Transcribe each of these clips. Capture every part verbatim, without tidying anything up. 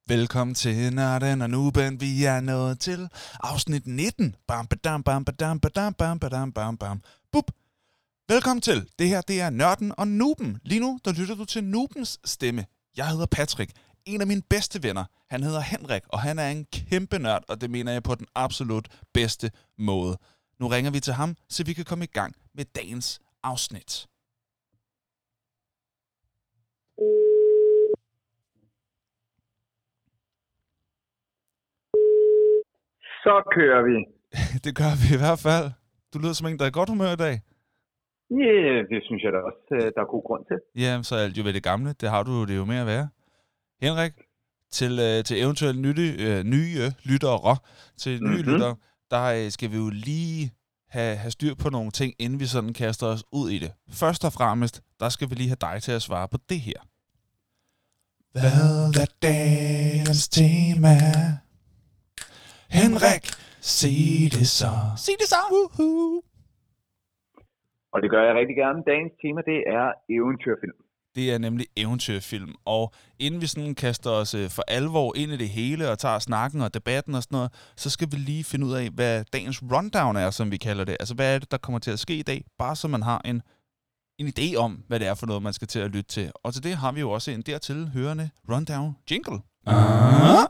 Velkommen til Nørden og Nuben. Vi er nået til afsnit nitten. Bam, badam, bam, badam, badam, bam, badam, bam, bam. Bup. Velkommen til. Det her, det er Nørden og Nuben. Lige nu, der lytter du til Nubens stemme. Jeg hedder Patrick. En af mine bedste venner, han hedder Henrik, og han er en kæmpe nørd, og det mener jeg på den absolut bedste måde. Nu ringer vi til ham, så vi kan komme i gang med dagens afsnit. Så kører vi. Det gør vi i hvert fald. Du lyder som en, der er i godt humør i dag. Ja, yeah, det synes jeg da også, der er god grund til. Ja, så er alt jo ved det gamle. Det har du det jo med at være. Henrik, til, øh, til eventuelt nye, øh, nye lyttere, til nye mm-hmm. lyttere, der øh, skal vi jo lige have, have styr på nogle ting, inden vi sådan kaster os ud i det. Først og fremmest, der skal vi lige have dig til at svare på det her. Hvad er dagens tema? Henrik, sig det så. Sig det så. Woohoo. Og det gør jeg rigtig gerne. Dagens tema, det er eventyrfilm. Det er nemlig eventyrfilm. Og inden vi sådan kaster os for alvor ind i det hele og tager snakken og debatten og sådan noget, så skal vi lige finde ud af, hvad dagens rundown er, som vi kalder det. Altså, hvad er det, der kommer til at ske i dag? Bare så man har en, en idé om, hvad det er for noget, man skal til at lytte til. Og til det har vi jo også en dertil hørende rundown jingle. Uh-huh.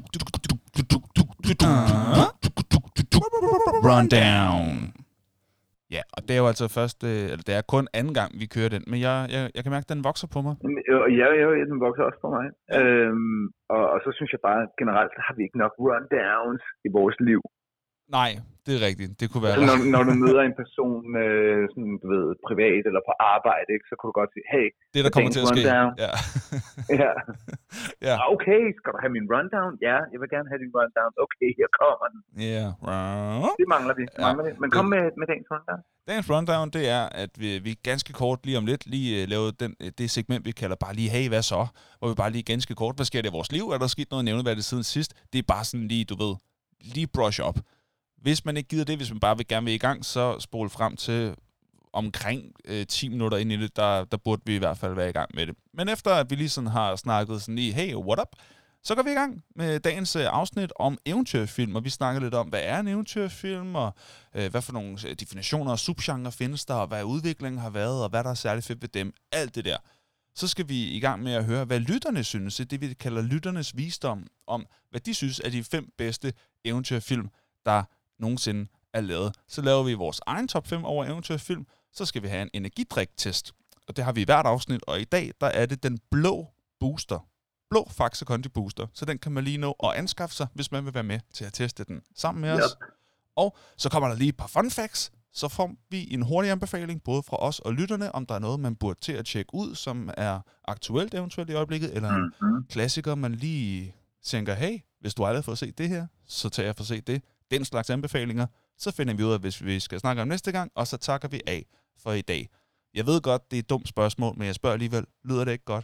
Rundown. Ja, og det er jo altså først, eller det er kun anden gang, vi kører den, men jeg, jeg, jeg kan mærke, at den vokser på mig. Ja, ja, ja, den vokser også på mig. Øhm, og, og så synes jeg bare, at generelt har vi ikke nok rundowns i vores liv. Nej, det er rigtigt. Det kunne være... Altså, når, når du møder en person, øh, sådan, du ved, privat eller på arbejde, ikke, så kunne du godt sige, hey, det der kommer til at ske. Ja. ja. ja. Okay, skal du have min rundown? Ja, jeg vil gerne have din rundown. Okay, her kommer den. Ja. Yeah. Det mangler vi. Det mangler ja. vi. Men kom med, med dagens rundown. Dagens rundown, det er, at vi, vi ganske kort lige om lidt lige uh, laver den, det segment, vi kalder bare lige, hey, hvad så? Hvor vi bare lige ganske kort, hvad sker der i vores liv? Er der sket noget nævneværdigt siden sidst? Det er bare sådan lige, du ved, lige brush up. Hvis man ikke gider det, hvis man bare vil gerne vil i gang, så spol frem til omkring øh, ti minutter ind i det, der, der burde vi i hvert fald være i gang med det. Men efter at vi lige sådan har snakket sådan lige, hey, what up? Så går vi i gang med dagens øh, afsnit om eventyrfilm, og vi snakker lidt om, hvad er en eventyrfilm, og øh, hvad for nogle definitioner og subgenre findes der, og hvad udviklingen har været, og hvad der er særligt fedt ved dem. Alt det der. Så skal vi i gang med at høre, hvad lytterne synes, det vi kalder lytternes visdom, om hvad de synes er de fem bedste eventyrfilm, der nogensinde er lavet. Så laver vi vores egen top fem over eventyrfilm. Så skal vi have en energidrik-test. Og det har vi i hvert afsnit. Og i dag, der er det den blå booster. Blå Faxe Kondi Booster. Så den kan man lige nå at anskaffe sig, hvis man vil være med til at teste den sammen med yep. os. Og så kommer der lige et par fun facts. Så får vi en hurtig anbefaling, både fra os og lytterne, om der er noget, man burde til at tjekke ud, som er aktuelt eventuelt i øjeblikket, eller en mm-hmm. klassiker, man lige tænker, hey, hvis du aldrig har fået set det her, så tager jeg for at se det. Den slags anbefalinger, så finder vi ud af, hvis vi skal snakke om næste gang, og så takker vi af for i dag. Jeg ved godt, det er et dumt spørgsmål, men jeg spørger alligevel, lyder det ikke godt?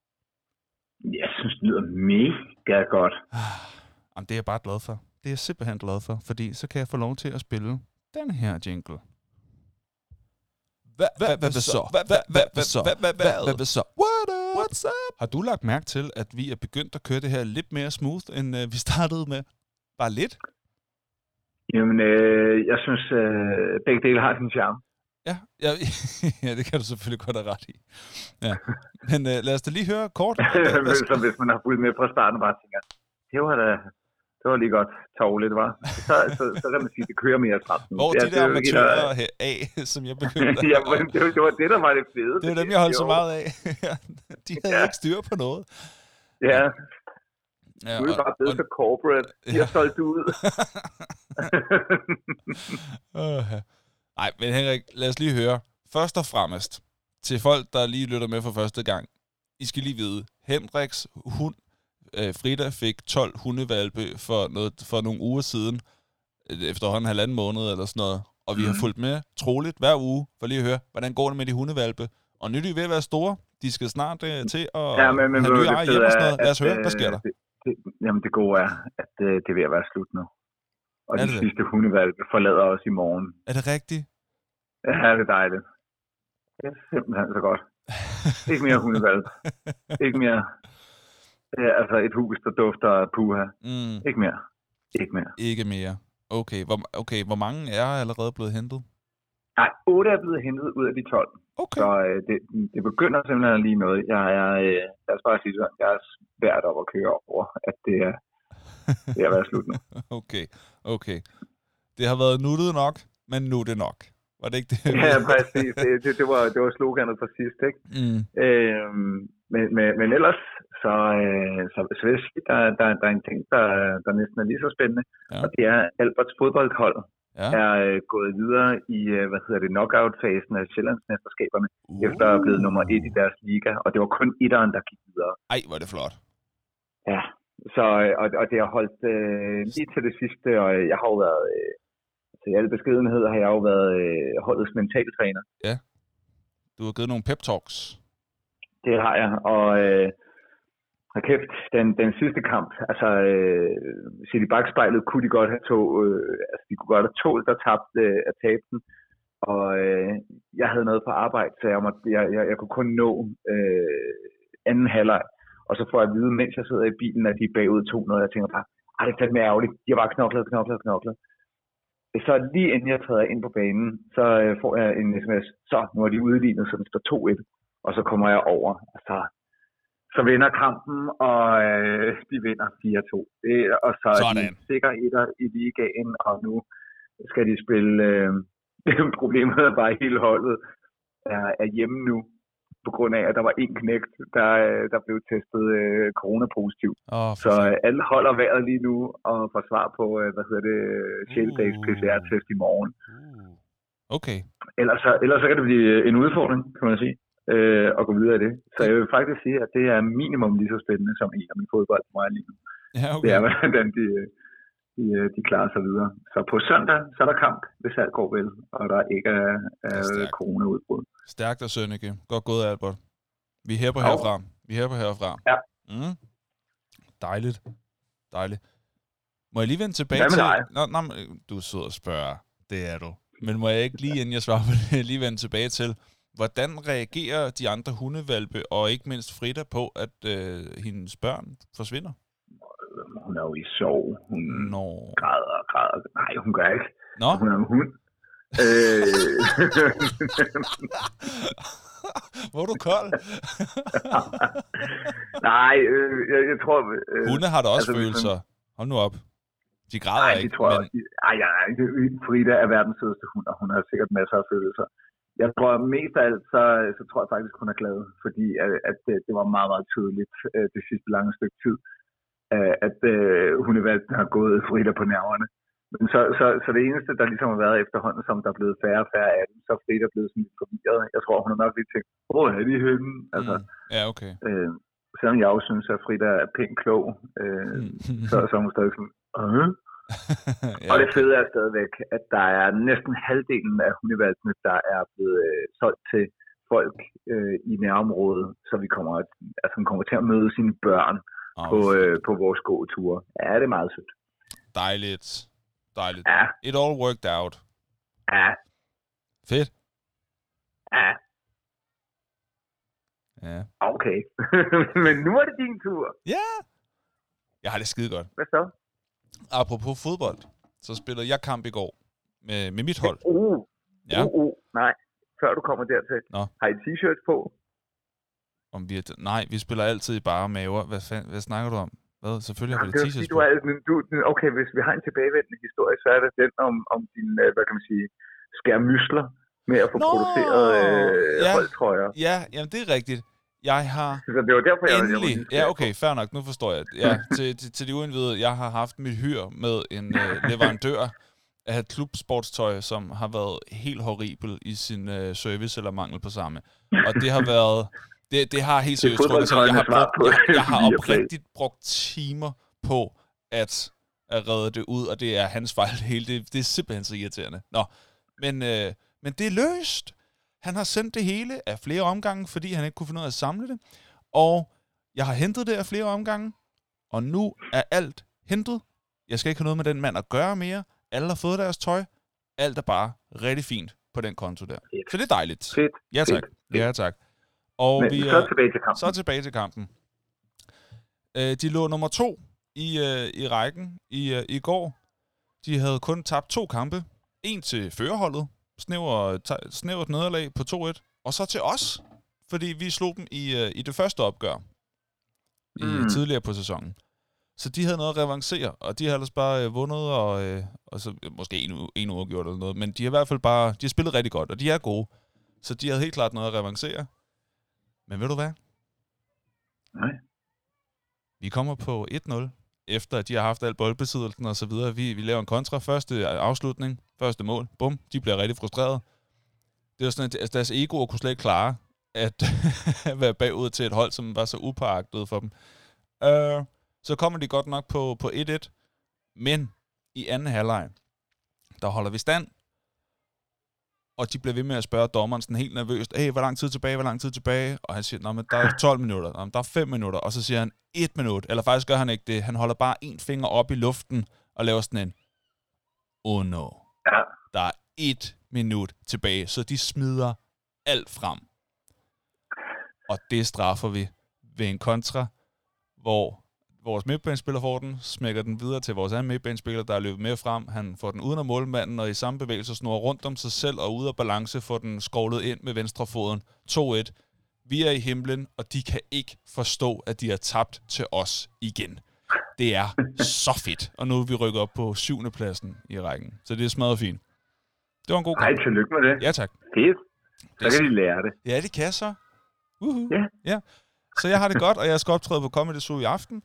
Jeg synes, det lyder mega godt. Jamen, det er jeg bare glad for. Det er jeg simpelthen glad for, fordi så kan jeg få lov til at spille den her jingle. Hvad hvad så? Hvad hvad så? Hvad hvad så? What's up? Har du lagt mærke til, at vi er begyndt at køre det her lidt mere smooth, end vi startede med? Bare lidt? Jamen, øh, jeg synes, øh, begge dele har sin charme. Ja, ja, ja, det kan du selvfølgelig godt have ret i. Ja. Men øh, lad os da lige høre kort. Så hvis man har fulgt med fra starten og bare tænker, det var da, det var lige godt tårligt, var. Så, så, så kan man sige, det kører mere træt. Hvor ja, de der amatører her af, som jeg begyndte ja, det, det var det, der var det fede. Det var dem, jeg holdt så meget af. De havde ja. ikke styr på noget. Ja. Ja, du er bare blevet så corporate. De har solgt ud. uh, Nej, men Henrik, lad os lige høre. Først og fremmest, til folk, der lige lytter med for første gang. I skal lige vide, Henriks hund, øh, Frida, fik tolv hundevalpe for, noget, for nogle uger siden. Efterhånden halvanden måned eller sådan noget. Og vi mm. har fulgt med troligt hver uge, for lige at høre, hvordan går det med de hundevalpe. Og nyt er ved at være store. De skal snart øh, til at ja, men, men, have nye ejer hjem og sådan noget. Lad os høre, hvad sker der? Det, det, jamen det gode er, at det, det er ved at være slut nu. Og de sidste hundevalpe forlader os i morgen. Er det rigtigt? Ja, det er dejligt. Det er simpelthen så godt. Ikke mere hundevalpe. Ikke mere Ja, altså et hus, der dufter af puha. Mm. Ikke mere. Ikke mere. Ikke mere. Okay, hvor, okay, hvor mange er allerede blevet hentet? Nej, otte er blevet hentet ud af de tolv. Okay. Så øh, det, det begynder simpelthen lige noget. Jeg er, øh, lad os bare sige sådan, jeg er svært op at køre over, at det er, det er været slut nu. Okay, okay. Det har været nuttet nok, men nu er det nok. Var det ikke det? Ja, præcis. Det, det, det, var, det var sloganet fra sidst, ikke? Mm. Øhm, men, men, men ellers, så, øh, så, så vil jeg sige, der, der, der er en ting, der, der næsten er lige så spændende, ja. Og det er Alberts fodboldhold. Ja. Er øh, gået videre i, øh, hvad hedder det, knockout-fasen af Sjællandsmesterskaberne, uh. efter at blive nummer et i deres liga, og det var kun etteren, der gik videre. Ej, hvor er det flot. Ja, så, og, og det har holdt øh, lige til det sidste, og jeg har jo været, øh, til alle beskedenhed har jeg jo været øh, holdets mentaltræner. Ja, du har givet nogle pep-talks. Det har jeg, og øh, har kæft, den, den sidste kamp, altså øh, set i bagspejlet, kunne de godt have tog, øh, altså de kunne godt have tålt at tabe øh, at tabe den, og øh, jeg havde noget på arbejde, så jeg, måtte, jeg, jeg, jeg kunne kun nå øh, anden halvleg, og så får jeg at vide, mens jeg sidder i bilen, at de er bagud to nul, og jeg tænker bare, ej, det er fandme ærgerligt, de har bare knoklet, knoklet, knoklet. Så lige inden jeg træder ind på banen, så øh, får jeg en sms, så nu er de udlignet, så den står to et, og så kommer jeg over, og så Så vinder kampen, og øh, de vinder fire to. Det, og så er de sikker etter i ligaen, og nu skal de spille. Øh, problemet er bare, at hele holdet er, er hjemme nu, på grund af, at der var en knægt, der, der blev testet øh, coronapositiv. Oh, så øh, alle holder vejret lige nu, og får svar på, øh, hvad hedder det, sjette dages P C R-test i morgen. Uh. Okay. Ellers, ellers så kan det blive en udfordring, kan man sige. Øh, og gå videre i det. Så jeg vil faktisk sige, at det er minimum lige så spændende som en af mine fodbold for mig lige nu. Ja, okay. Det er, hvordan de, de, de klarer sig videre. Så på søndag, så er der kamp, hvis alt går vel, og der ikke er, er corona-udbrud. Stærkt og Sønneke. Godt gået, Albert. Vi hæpper herfra. Vi hæpper herfra. Ja. Mm. Dejligt. Dejligt. Må jeg lige vende tilbage til... Nå, nå, du sidder og spørger. Det er du. Men må jeg ikke lige, inden jeg svarer på det, lige vende tilbage til... Hvordan reagerer de andre hundevalpe, og ikke mindst Frida, på, at øh, hendes børn forsvinder? Hun er jo i sorg. Hun Nå. græder og græder. Nej, hun gør ikke. Nå? Hun er en hund. øh... Hvor er du kold? Nej, øh, jeg, jeg tror... Øh, Hunde har da også altså, følelser. Hold nu op. De græder nej, ikke, tror men... Jeg, ej, ej, Frida er verdens sødeste hund, og hun har sikkert masser af følelser. Jeg tror mest af alt, så, så tror jeg faktisk, hun er glad, fordi at, at det, det var meget, meget tydeligt det sidste lange stykke tid, at, at hundevalgten har gået Frida på nerverne. Men så, så, så det eneste, der ligesom har været efterhånden, som der er blevet færre og færre af dem, så er Frida blevet sådan lidt forvirret. Jeg tror, hun har nok lige tænkt, hvor er de henne? Altså, mm. Ja, okay. Øh, selvom jeg også synes, at Frida er pænt klog, øh, så, så er hun stadig sådan, øh? ja, og det fede er stadigvæk, at der er næsten halvdelen af hundevalgene, der er blevet øh, solgt til folk øh, i nærområdet, så vi kommer, altså, vi kommer til at møde sine børn oh, på, øh, på vores gåture. Ja, det er meget sødt. Dejligt. Dejligt. Ja. It all worked out. Ja. Fedt. Ja. Ja. Okay. Men nu er det din tur. Ja. Yeah. Jeg har det skide godt. Hvad så? Apropos fodbold, så spillede jeg kamp i går med, med mit hold. Uh, ja. uh, uh, nej, før du kommer dertil. Nå. Har I t-shirts på? Om vi er, nej, vi spiller altid i bare maver. Hvad, fand, hvad snakker du om? Hvad? Selvfølgelig har vi det t-shirts på. Du er, du, okay, hvis vi har en tilbagevendende historie, så er det den om, om din, hvad kan man sige, skærmysler med at få Nå, produceret øh, ja, holdtrøjer. Ja, jamen det er rigtigt. Jeg har så det var derfor, jeg endelig... Jeg ja, okay, fair nok, nu forstår jeg. Ja, til, til, til de uindvidede, jeg har haft mit hyr med en øh, leverandør af klubsportstøj, som har været helt horribel i sin øh, service eller mangel på samme. Og det har været... Det, det har helt seriøst trukket til. Jeg har, brugt, jeg, jeg har oprigtigt brugt timer på at, at redde det ud, og det er hans fejl hele. Det, det er simpelthen så irriterende. Nå, men, øh, men det er løst. Han har sendt det hele af flere omgange, fordi han ikke kunne finde ud af at samle det. Og jeg har hentet det af flere omgange, og nu er alt hentet. Jeg skal ikke have noget med den mand at gøre mere. Alle har fået deres tøj. Alt er bare rigtig fint på den konto der. Så det er dejligt. Fedt. Ja tak. Ja tak. Og Men vi så er tilbage til kampen. Så tilbage til kampen. Øh, de lå nummer to i, øh, i rækken i, øh, i går. De havde kun tabt to kampe. En til førerholdet, snævert, snævert nederlag på to et, og så til os, fordi vi slog dem i, øh, i det første opgør i Mm. tidligere på sæsonen. Så de havde noget at revancere, og de har ellers bare øh, vundet, og, øh, og så måske en, en uafgjort eller noget, men de har i hvert fald bare, de har spillet rigtig godt, og de er gode. Så de havde helt klart noget at revancere. Men ved du hvad? Nej. Vi kommer på et nul, efter at de har haft al boldbesiddelsen og så videre. Vi, vi laver en kontra, første afslutning, første mål, bum, de bliver rigtig frustreret. Det var sådan, at altså, deres egoer kunne slet ikke klare at være bagud til et hold, som var så upåagtet for dem. Uh, så kommer de godt nok på, på et et, men i anden halvleg, der holder vi stand, og de bliver ved med at spørge dommeren sådan helt nervøst, hey, hvor lang tid tilbage, hvor lang tid tilbage? Og han siger, nå, men der er tolv minutter, nå, men der er fem minutter, og så siger han et minut, eller faktisk gør han ikke det, han holder bare en finger op i luften, og laver sådan en, oh no, Ja. der er et minut tilbage, så de smider alt frem. Og det straffer vi ved en kontra, hvor vores midtbanespiller får den, smækker den videre til vores anden midtbanespiller, der er løbet med frem. Han får den uden af målmanden, og i samme bevægelse snurrer rundt om sig selv, og ude af balance får den skovlet ind med venstrefoden. to et. Vi er i himlen, og de kan ikke forstå, at de har tabt til os igen. Det er så fedt. Og nu er vi rykket op på syvende pladsen i rækken. Så det er smadret fint. Det var en god Ej, kamp. tillykke med det. Ja, tak. Fedt. Så Det er kan de lære det. Ja, det kan så. Uhuh. Ja. Ja. Så jeg har det godt, og jeg skal optræde på Comedy Zoo i aften.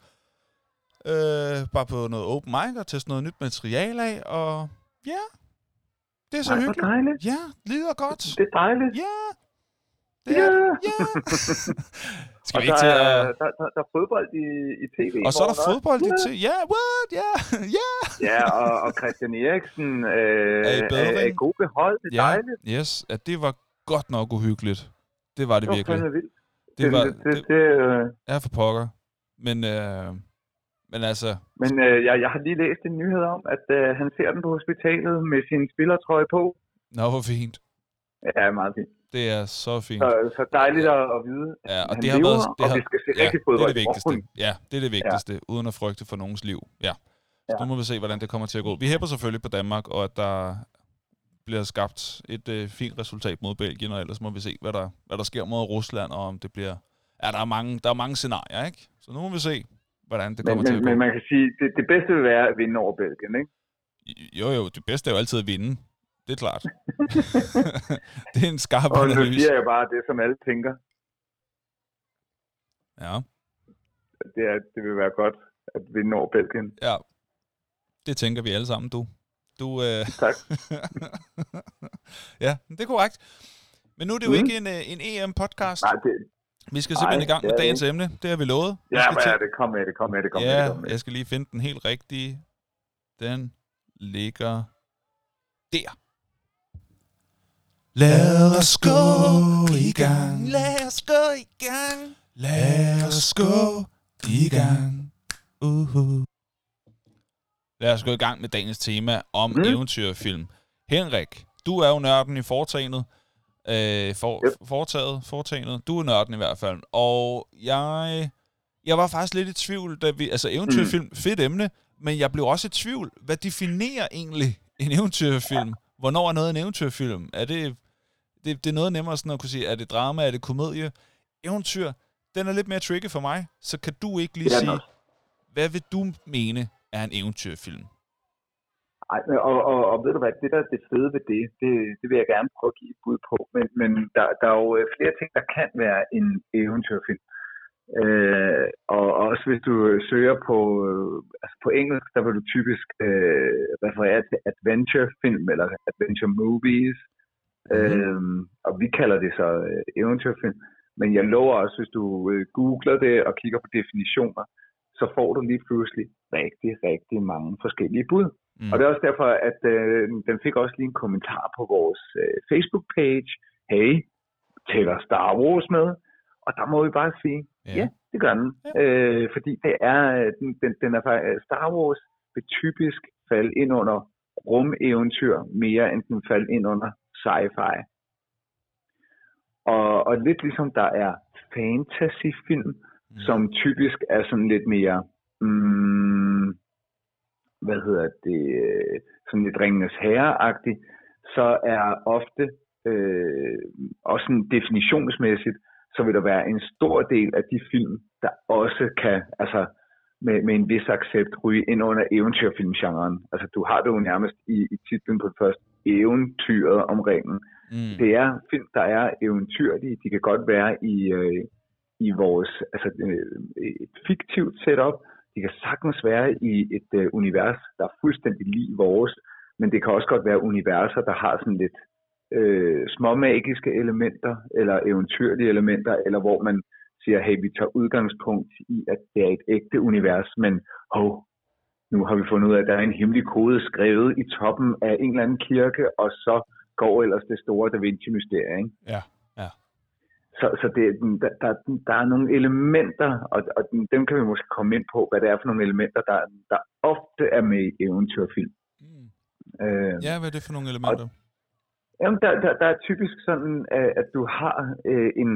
Øh, bare på noget open mic og teste noget nyt materiale af, og ja, det er så Ej, hvor hyggeligt. dejligt. Ja, lyder godt. Det er dejligt. Ja, det Ja. er det. Ja. Skal Og vi der ikke til er, at... der, der, der er fodbold i, i tv. Og så er der fodbold i Ja. til. Ja, what? Ja, ja. Ja, og, og Christian Eriksen øh, Er i er, bedring? er i god behold. Det er Ja, dejligt. yes, at det var godt nok uhyggeligt. Det var det Det var virkelig. fandme vildt. Det var... det, det, Det det, øh, er for pokker. Men, øh, men altså... men øh, jeg, jeg har lige læst en nyhed om, at øh, han ser den på hospitalet med sin spillertrøje på. Nå, hvor fint. Ja, meget fint. Det er så fint. Så, så dejligt at, at vide, at Ja, og han det har lever, været, det og har, vi skal se ja, rigtig det er fodbold det i vigtigste. morgen. Ja, det er det vigtigste, ja. Uden at frygte for nogens liv. Ja. Så Ja. nu må vi se, hvordan det kommer til at gå. Vi hæpper selvfølgelig på Danmark, og at der bliver skabt et øh, fint resultat mod Belgien, og ellers må vi se, hvad der, hvad der sker mod Rusland, og om det bliver... Ja, der er mange, der er mange scenarier, ikke? Så nu må vi se, hvordan det Men, kommer men, til at gå. men man kan sige, det, det bedste vil være at vinde over Belgien, ikke? Jo, jo, det bedste er jo altid at vinde. Det er klart. Det er en skarp Og nu analyse. siger jeg bare det, som alle tænker. Ja, Det, er, det vil være godt at vinde over Belgien. ja. Det tænker vi alle sammen, du. Du, øh... Tak. Ja, det er korrekt. Men nu er det jo Mm. ikke en, øh, en E M-podcast. Nej, det, Vi skal simpelthen Nej, i gang det med er dagens det emne. Det har vi lovet. Vi ja, skal men til- ja, det kom med, det kom med, det kom med, Ja, det kom med. jeg skal lige finde den helt rigtige. Den ligger der. Lad os gå i gang. Lad os gå i gang. Lad os gå i gang. Uh-huh. Lad os gå i gang med dagens tema om Mm. eventyrfilm. Henrik, du er jo nørden i foretagendet. Øh, for, Yep. foretaget, foretagendet. Du er nørden i hvert fald. Og jeg, jeg var faktisk lidt i tvivl, da vi... Altså eventyrfilm, mm. fedt emne, men jeg blev også i tvivl. Hvad definerer egentlig en eventyrfilm? Hvornår er noget en eventyrfilm? Er det, det, det er noget nemmere sådan at kunne sige, er det drama, er det komedie? Eventyr, den er lidt mere tricky for mig, så kan du ikke lige Det er den sige, også. hvad vil du mene er en eventyrfilm? Ej, men- og, og, og ved du hvad, det der er det fede ved det, det, det vil jeg gerne prøve at give et bud på, men, men der, der er jo øh, flere ting, der kan være en eventyrfilm. Øh, og også hvis du søger på, øh, altså på engelsk, der vil du typisk øh, referere til adventurefilm eller adventure movies, øh, og vi kalder det så øh, eventyrfilm. Men jeg lover også, hvis du øh, googler det og kigger på definitioner, så får du lige pludselig rigtig, rigtig mange forskellige bud. Mm. Og det er også derfor, at øh, den fik også lige en kommentar på vores øh, Facebook-page. Hey, tæller Star Wars med? Og der må vi bare sige, Ja. ja, ja det gør den. Ja. Øh, fordi det er, øh, den, den, den er fa- Star Wars vil typisk falde ind under rumeventyr, mere end den falder ind under sci-fi. Og, og lidt ligesom der er fantasyfilm, mm. som typisk er sådan lidt mere, mm, hvad hedder det, sådan lidt Ringenes Herre-agtigt, så er ofte øh, også sådan definitionsmæssigt, så vil der være en stor del af de film, der også kan, altså med, med en vis accept, ryge ind under eventyrfilmgenren. Altså du har det jo nærmest i, i titlen på det første, eventyret om ringen. Mm. Det er film, der er eventyrlige. De kan godt være i, øh, i vores, altså øh, et fiktivt setup. De kan sagtens være i et øh, univers, der er fuldstændig lige vores, men det kan også godt være universer, der har sådan lidt øh, småmagiske elementer, eller eventyrlige elementer, eller hvor man siger, hey, vi tager udgangspunkt i, at det er et ægte univers, men hov, nu har vi fundet ud af, at der er en hemmelig kode skrevet i toppen af en eller anden kirke, og så går ellers det store Da Vinci-mysterie, ikke? Ja, ja. Så, så det, der, der, der er nogle elementer, og, og dem kan vi måske komme ind på, hvad det er for nogle elementer, der, der ofte er med i eventyrfilm. Mm. Øh, ja, hvad er det for nogle elementer? Og, jamen, der, der, der er typisk sådan, at du har øh, en,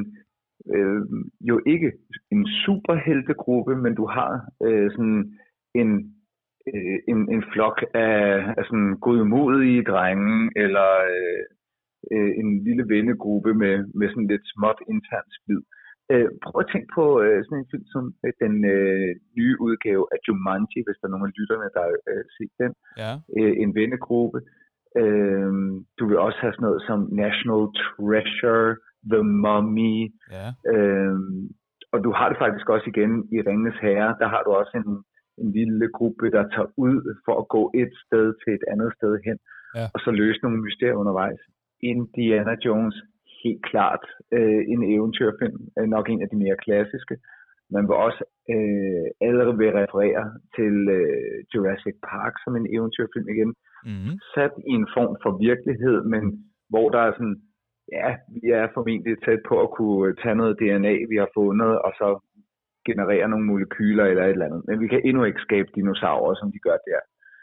øh, jo ikke en superheltegruppe, men du har øh, sådan en, øh, en, en flok af, af sådan godmodige drenge, eller øh, øh, en lille vennegruppe med, med sådan lidt småt internt splid. Øh, prøv at tænke på øh, sådan en film som øh, den øh, nye udgave af Jumanji, hvis der er nogle af lytterne, der har øh, set den. Ja. Øh, en vennegruppe. Øh, du vil også have sådan noget som National Treasure, The Mummy. Ja. Øh, og du har det faktisk også igen i Ringenes Herre. Der har du også en, en lille gruppe, der tager ud for at gå et sted til et andet sted hen. Ja. Og så løse nogle mysterier undervejs. Indiana Jones, helt klart øh, en eventyrfilm, øh, nok en af de mere klassiske. Man vil også øh, allerede vil referere til øh, Jurassic Park som en eventyrfilm igen. Mm-hmm. Sat i en form for virkelighed, men hvor der er sådan, ja, vi er formentlig tæt på at kunne tage noget D N A, vi har fundet, og så generere nogle molekyler eller et eller andet. Men vi kan endnu ikke skabe dinosaurer, som de gør der.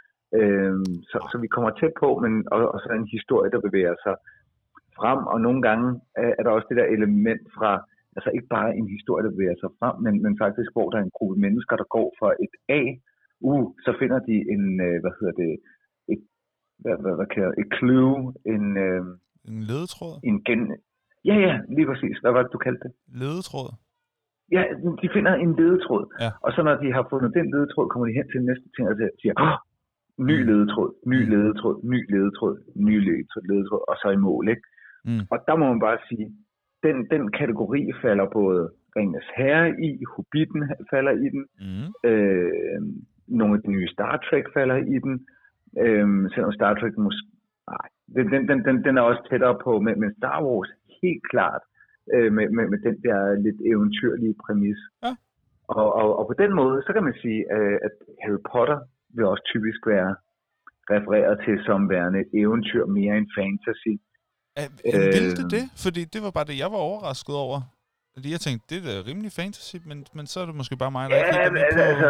Øhm, så, så vi kommer tæt på, men og, og så er en historie, der bevæger sig frem, og nogle gange er der også det der element fra, altså ikke bare en historie, der bevæger sig frem, men, men faktisk, hvor der er en gruppe mennesker, der går fra et A, uh, så finder de en, øh, hvad hedder det, et, hvad, hvad, hvad kan jeg, et clue, en, øh, en ledetråd? En gen... Ja, ja, lige præcis. Hvad var det, du kaldte det? Ledetråd? Ja, de finder en ledetråd, ja. Og så når de har fundet den ledetråd, kommer de hen til den næste ting og siger, åh, ny ledetråd, ny ledetråd, ny ledetråd, ny ledetråd, ledetråd, og så i mål, ikke? Mm. Og der må man bare sige, den, den kategori falder både Ringenes Herre i, Hobbiten falder i den, mm. øh, nogle af de nye Star Trek falder i den, øh, selvom Star Trek måske, nej, den, den, den, den er også tættere på, men, men Star Wars helt klart, øh, med, med, med den der lidt eventyrlige præmis. Ja. Og, og, og på den måde, så kan man sige, øh, at Harry Potter vil også typisk være refereret til som værende eventyr mere end fantasy. Øh, Ville det det? Fordi det var bare det, jeg var overrasket over. Fordi jeg tænkte, det er da rimelig fantasy, men, men så er det måske bare mig, der ja, ikke helt er med på... Altså,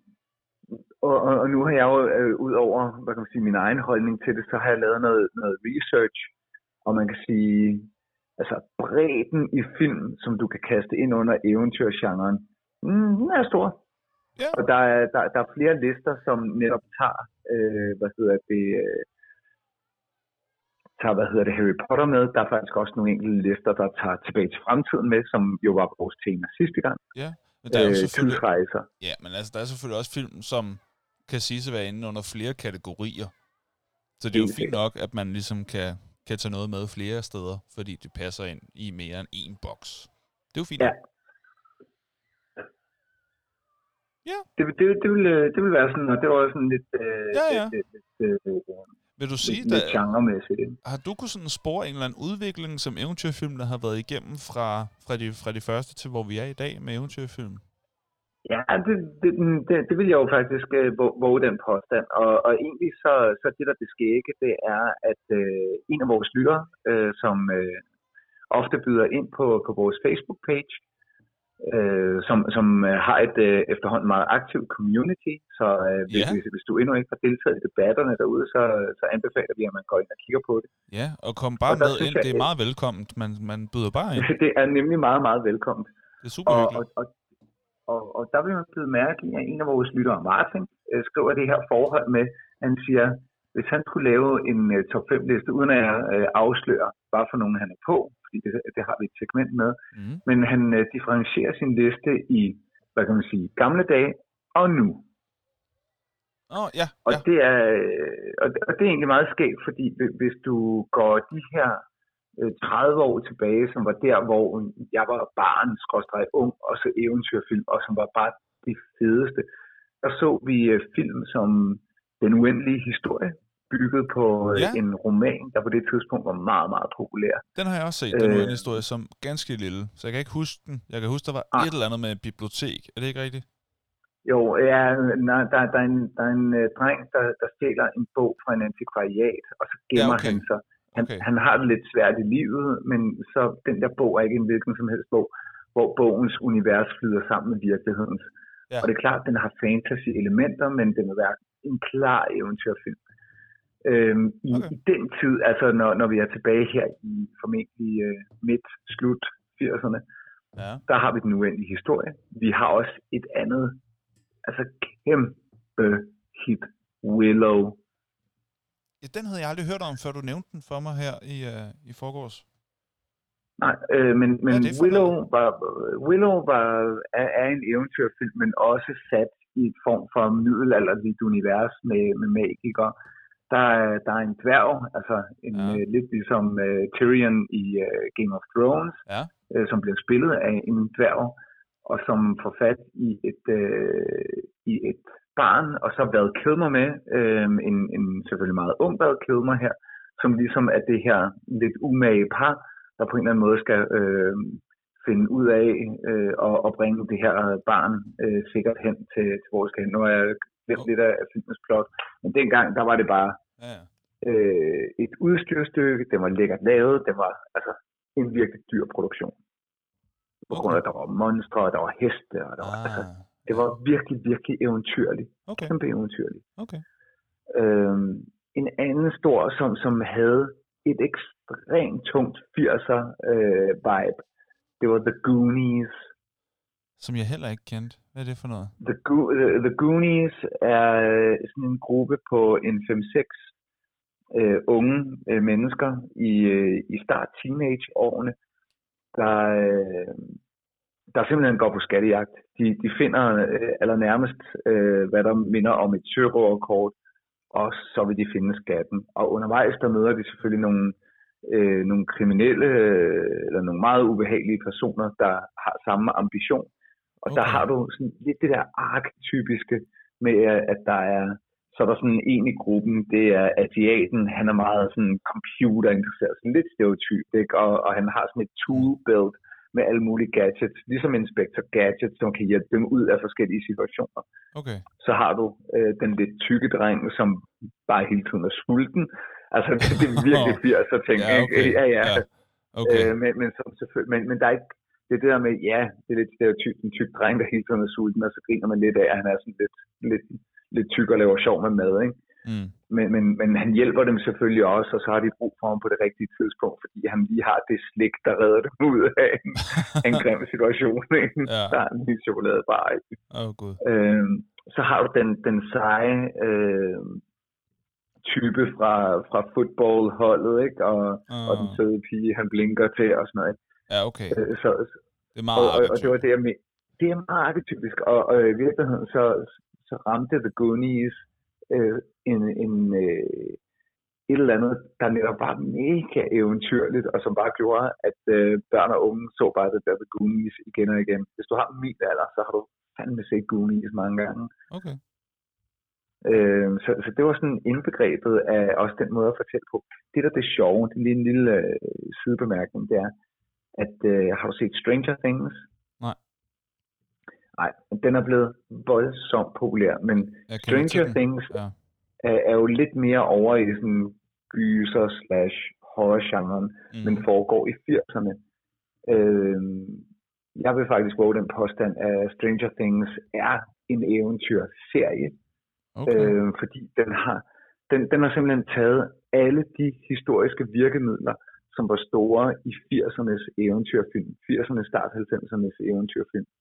og, og, og nu har jeg jo, øh, ud over hvad kan man sige, min egen holdning til det, så har jeg lavet noget, noget research, og man kan sige, altså bredden i film, som du kan kaste ind under eventyrgenren, mm, den er stor. Ja. Og der er, der, der er flere lister, som netop tager, øh, hvad hedder det, øh, tager, hvad hedder det, Harry Potter med. Der er faktisk også nogle enkelte lister, der tager Tilbage til fremtiden med, som jo var vores tema sidste gang. Ja, men der er jo øh, selvfølgelig... tidsrejser. Ja, men altså, der er selvfølgelig også film, som kan sige sig være inde under flere kategorier. Så det er jo fint nok, at man ligesom kan, kan tage noget med flere steder, fordi det passer ind i mere end én boks. Det er jo fint ja. nok. Ja. Det, det, det, vil, det vil være sådan, og det var sådan lidt... Øh, ja, ja. Lidt, lidt, lidt, lidt, vil du sige, lidt genremæssigt. Har du kunnet sådan spore en eller anden udvikling som eventyrfilm, der har været igennem fra, fra, de, fra de første til, hvor vi er i dag med eventyrfilm? Ja, det, det, det, det vil jeg jo faktisk øh, våge den påstand. Og, og egentlig så, så det, der det skægge, det er, at øh, en af vores lyttere, øh, som øh, ofte byder ind på, på vores Facebook-page, øh, som, som har et øh, efterhånden meget aktivt community, så øh, hvis, ja. hvis, hvis du endnu ikke har deltaget i debatterne derude, så, så anbefaler vi, at man går ind og kigger på det. Ja, og kom bare og med ind. Jeg, det er meget velkomment. Man, man byder bare ind. Det er nemlig meget, meget velkomment. Det er super og, hyggeligt. Og, og, og, og der vil man blive mærke i, at en af vores lyttere, Martin, øh, skriver det her forhold med, han siger, hvis han skulle lave en uh, top fem liste, uden at jeg uh, afslører, bare for nogen han er på, fordi det, det har vi et segment med, mm. men han uh, differentierer sin liste i, hvad kan man sige, gamle dage og nu. Oh, ja, og, ja. Det er, og, og det er egentlig meget skægt, fordi hvis du går de her uh, tredive år tilbage, som var der, hvor jeg var barn, skråstreg ung, og så eventyrfilm, og som var bare det fedeste, der så vi uh, film som Den Uendelige Historie, bygget på ja. en roman, der på det tidspunkt var meget, meget populær. Den har jeg også set, Den Uendelige Historie, som ganske lille, så jeg kan ikke huske den. Jeg kan huske, der var ah. et eller andet med bibliotek. Er det ikke rigtigt? Jo, ja, der, der, der er en, der er en uh, dreng, der, der stjæler en bog fra en antikvariat, og så gemmer ja, okay. han sig. Han, okay. han har det lidt svært i livet, men så den der bog er ikke en hvilken som helst bog, hvor bogens univers flyder sammen med virkelighedens. Ja. Og det er klart, at den har fantasy-elementer, men den vil være en klar eventyrfilm. Øhm, i, okay. I den tid, altså når, når vi er tilbage her i formentlig uh, midt-slut firserne, ja. Der har vi Den Uendelige Historie. Vi har også et andet, altså kæmpe hit, Willow. Ja, den havde jeg aldrig hørt om, før du nævnte den for mig her i, uh, i forgårs. Nej, øh, men, men Willow, var, Willow var, er, er en eventyrfilm, men også sat i et form for middelalderligt univers med, med magikere. Der, der er en dværg, altså en, ja. uh, lidt ligesom uh, Tyrion i uh, Game of Thrones, ja. uh, som bliver spillet af en dværg, og som får fat i et, uh, i et barn, og så Val Kilmer med, uh, en, en selvfølgelig meget ung Val Kilmer her, som ligesom er det her lidt umage par, der på en eller anden måde skal øh, finde ud af øh, og, og bringe det her barn øh, sikkert hen til, til hvor det skal hen. Nu er jeg glemt okay. lidt af filmens plot, men dengang, der var det bare ja. øh, et udstyrstykke, det var lækkert lavet, det var altså en virkelig dyr produktion. På grund af, at der var monstre, der var heste, og der var, ah. altså, det var virkelig, virkelig eventyrligt. Okay. Kæmpe eventyrligt. Okay. Øhm, en anden stor, som, som havde et ekstremt tungt firser øh, vibe. Det var The Goonies. Som jeg heller ikke kendte. Hvad er det for noget? The, Go- the, the Goonies er sådan en gruppe på en fem seks øh, unge øh, mennesker i, øh, i start teenage-årene, der, øh, der simpelthen går på skattejagt. De, de finder øh, allernærmest, øh, hvad der minder om et sørøverkort, og så vil de finde skatten. Og undervejs, der møder de selvfølgelig nogle, øh, nogle kriminelle, øh, eller nogle meget ubehagelige personer, der har samme ambition. Og okay. Der har du sådan lidt det der arketypiske med, at der er, så er der sådan en i gruppen, det er asiaten, han er meget sådan computerinteresseret, sådan lidt stereotyp, ikke? Og, og han har sådan et tool belt med alle mulige gadgets, ligesom Inspector Gadget, som kan hjælpe dem ud af forskellige situationer. Okay. Så har du øh, den lidt tykke dreng, som bare hele tiden er sulten. Altså, det, det er virkelig firser ting, ja, okay. ikke? Ja, ja. ja. Okay. Øh, men, men, som selvfølgelig, men, men der er ikke, det er det der med, ja, det er lidt stereotyp, en tyk dreng, der hele tiden er sulten, og så griner man lidt af, at han er sådan lidt, lidt, lidt tyk og laver sjov med mad, ikke? Mm. Men, men, men han hjælper dem selvfølgelig også, og så har de brug for ham på det rigtige tidspunkt, fordi han lige har det slik, der redder dem ud af en, en grim situation. Ikke? Ja. Der er en lille chokoladebar. Oh, God. Øhm, så har du den, den seje øh, type fra, fra footballholdet, ikke? Og, oh. og den søde pige, han blinker til og sådan noget. Ikke? Ja, okay. Øh, så, det er meget og, og, og det var det, jeg med. Det er meget arketypisk, og, og i virkeligheden så, så ramte The Goonies øh, en, en, øh, et eller andet, der netop var mega eventyrligt, og som bare gjorde, at øh, børn og unge så bare det der The Goonies igen og igen. Hvis du har min alder, så har du fandme set Goonies mange gange. Okay. Øh, så, så det var sådan indbegrebet af også den måde at fortælle på. Det der det er sjove, det er lige en lille øh, sidebemærkning, det er, at øh, har du set Stranger Things? Nej. Nej, den er blevet voldsomt populær, men Stranger Things ja. er, er jo lidt mere over i sådan gyser slash horror-genren, mm. men foregår i firserne. Øh, jeg vil faktisk våge den påstand, at Stranger Things er en eventyrserie, okay. øh, fordi den har, den, den har simpelthen taget alle de historiske virkemidler, som var store i firsernes eventyrfilm, firserne start halvfemsernes eventyrfilm, mm.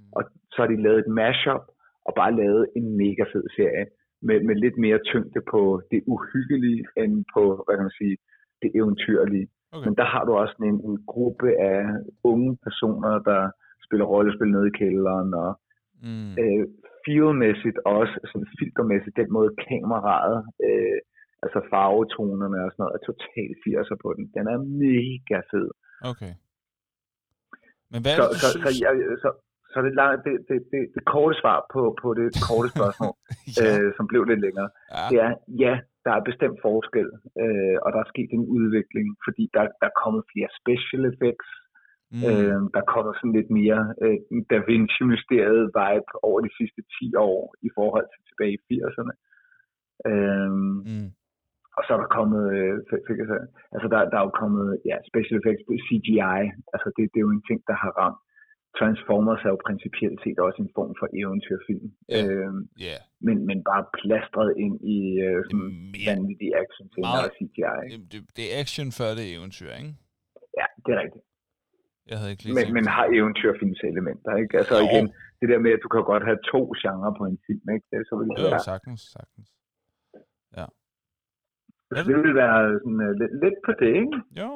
Og så har de lavet et mashup, og bare lavet en mega fed serie, med, med lidt mere tyngde på det uhyggelige, end på, hvad kan man sige, det eventyrlige. Okay. Men der har du også en, en gruppe af unge personer, der spiller rollespil nede i kælderen, og mm. øh, feelmæssigt og også sådan filtermæssigt, den måde kameraet, øh, altså farvetonerne og sådan noget, er totalt firser på den. Den er mega fed. Okay. Men hvad er så, det, du så, synes? Så, jeg, så, så det, lange, det, det, det, det korte svar på, på det korte spørgsmål, ja. øh, som blev lidt længere, ja. det er, ja, der er bestemt forskel, øh, og der er sket en udvikling, fordi der, der er kommet flere special effects, mm. øh, der er kommet sådan lidt mere øh, Da Vinci-mysteriet vibe over de sidste ti år i forhold til tilbage i firserne. Øh, mm. Og så er der kommet, øh, fik jeg sige, altså der, der er jo kommet ja, special effects, C G I, altså det, det er jo en ting, der har ramt. Transformers er jo principielt set også en form for eventyrfilm, yeah. Øhm, yeah. Men, men bare plastret ind i øh, sådan vanvittige action til og C G I. Det, det er action før det er eventyr, ikke? Ja, det er rigtigt. Jeg havde ikke lige men, men har eventyrfilms elementer, ikke? Altså jo. Igen, det der med, at du kan godt have to genrer på en film, ikke? Det, så vil det jo, være. sagtens, sagtens. Ja. Så det vil være sådan, uh, lidt, lidt på det, ikke? Jo.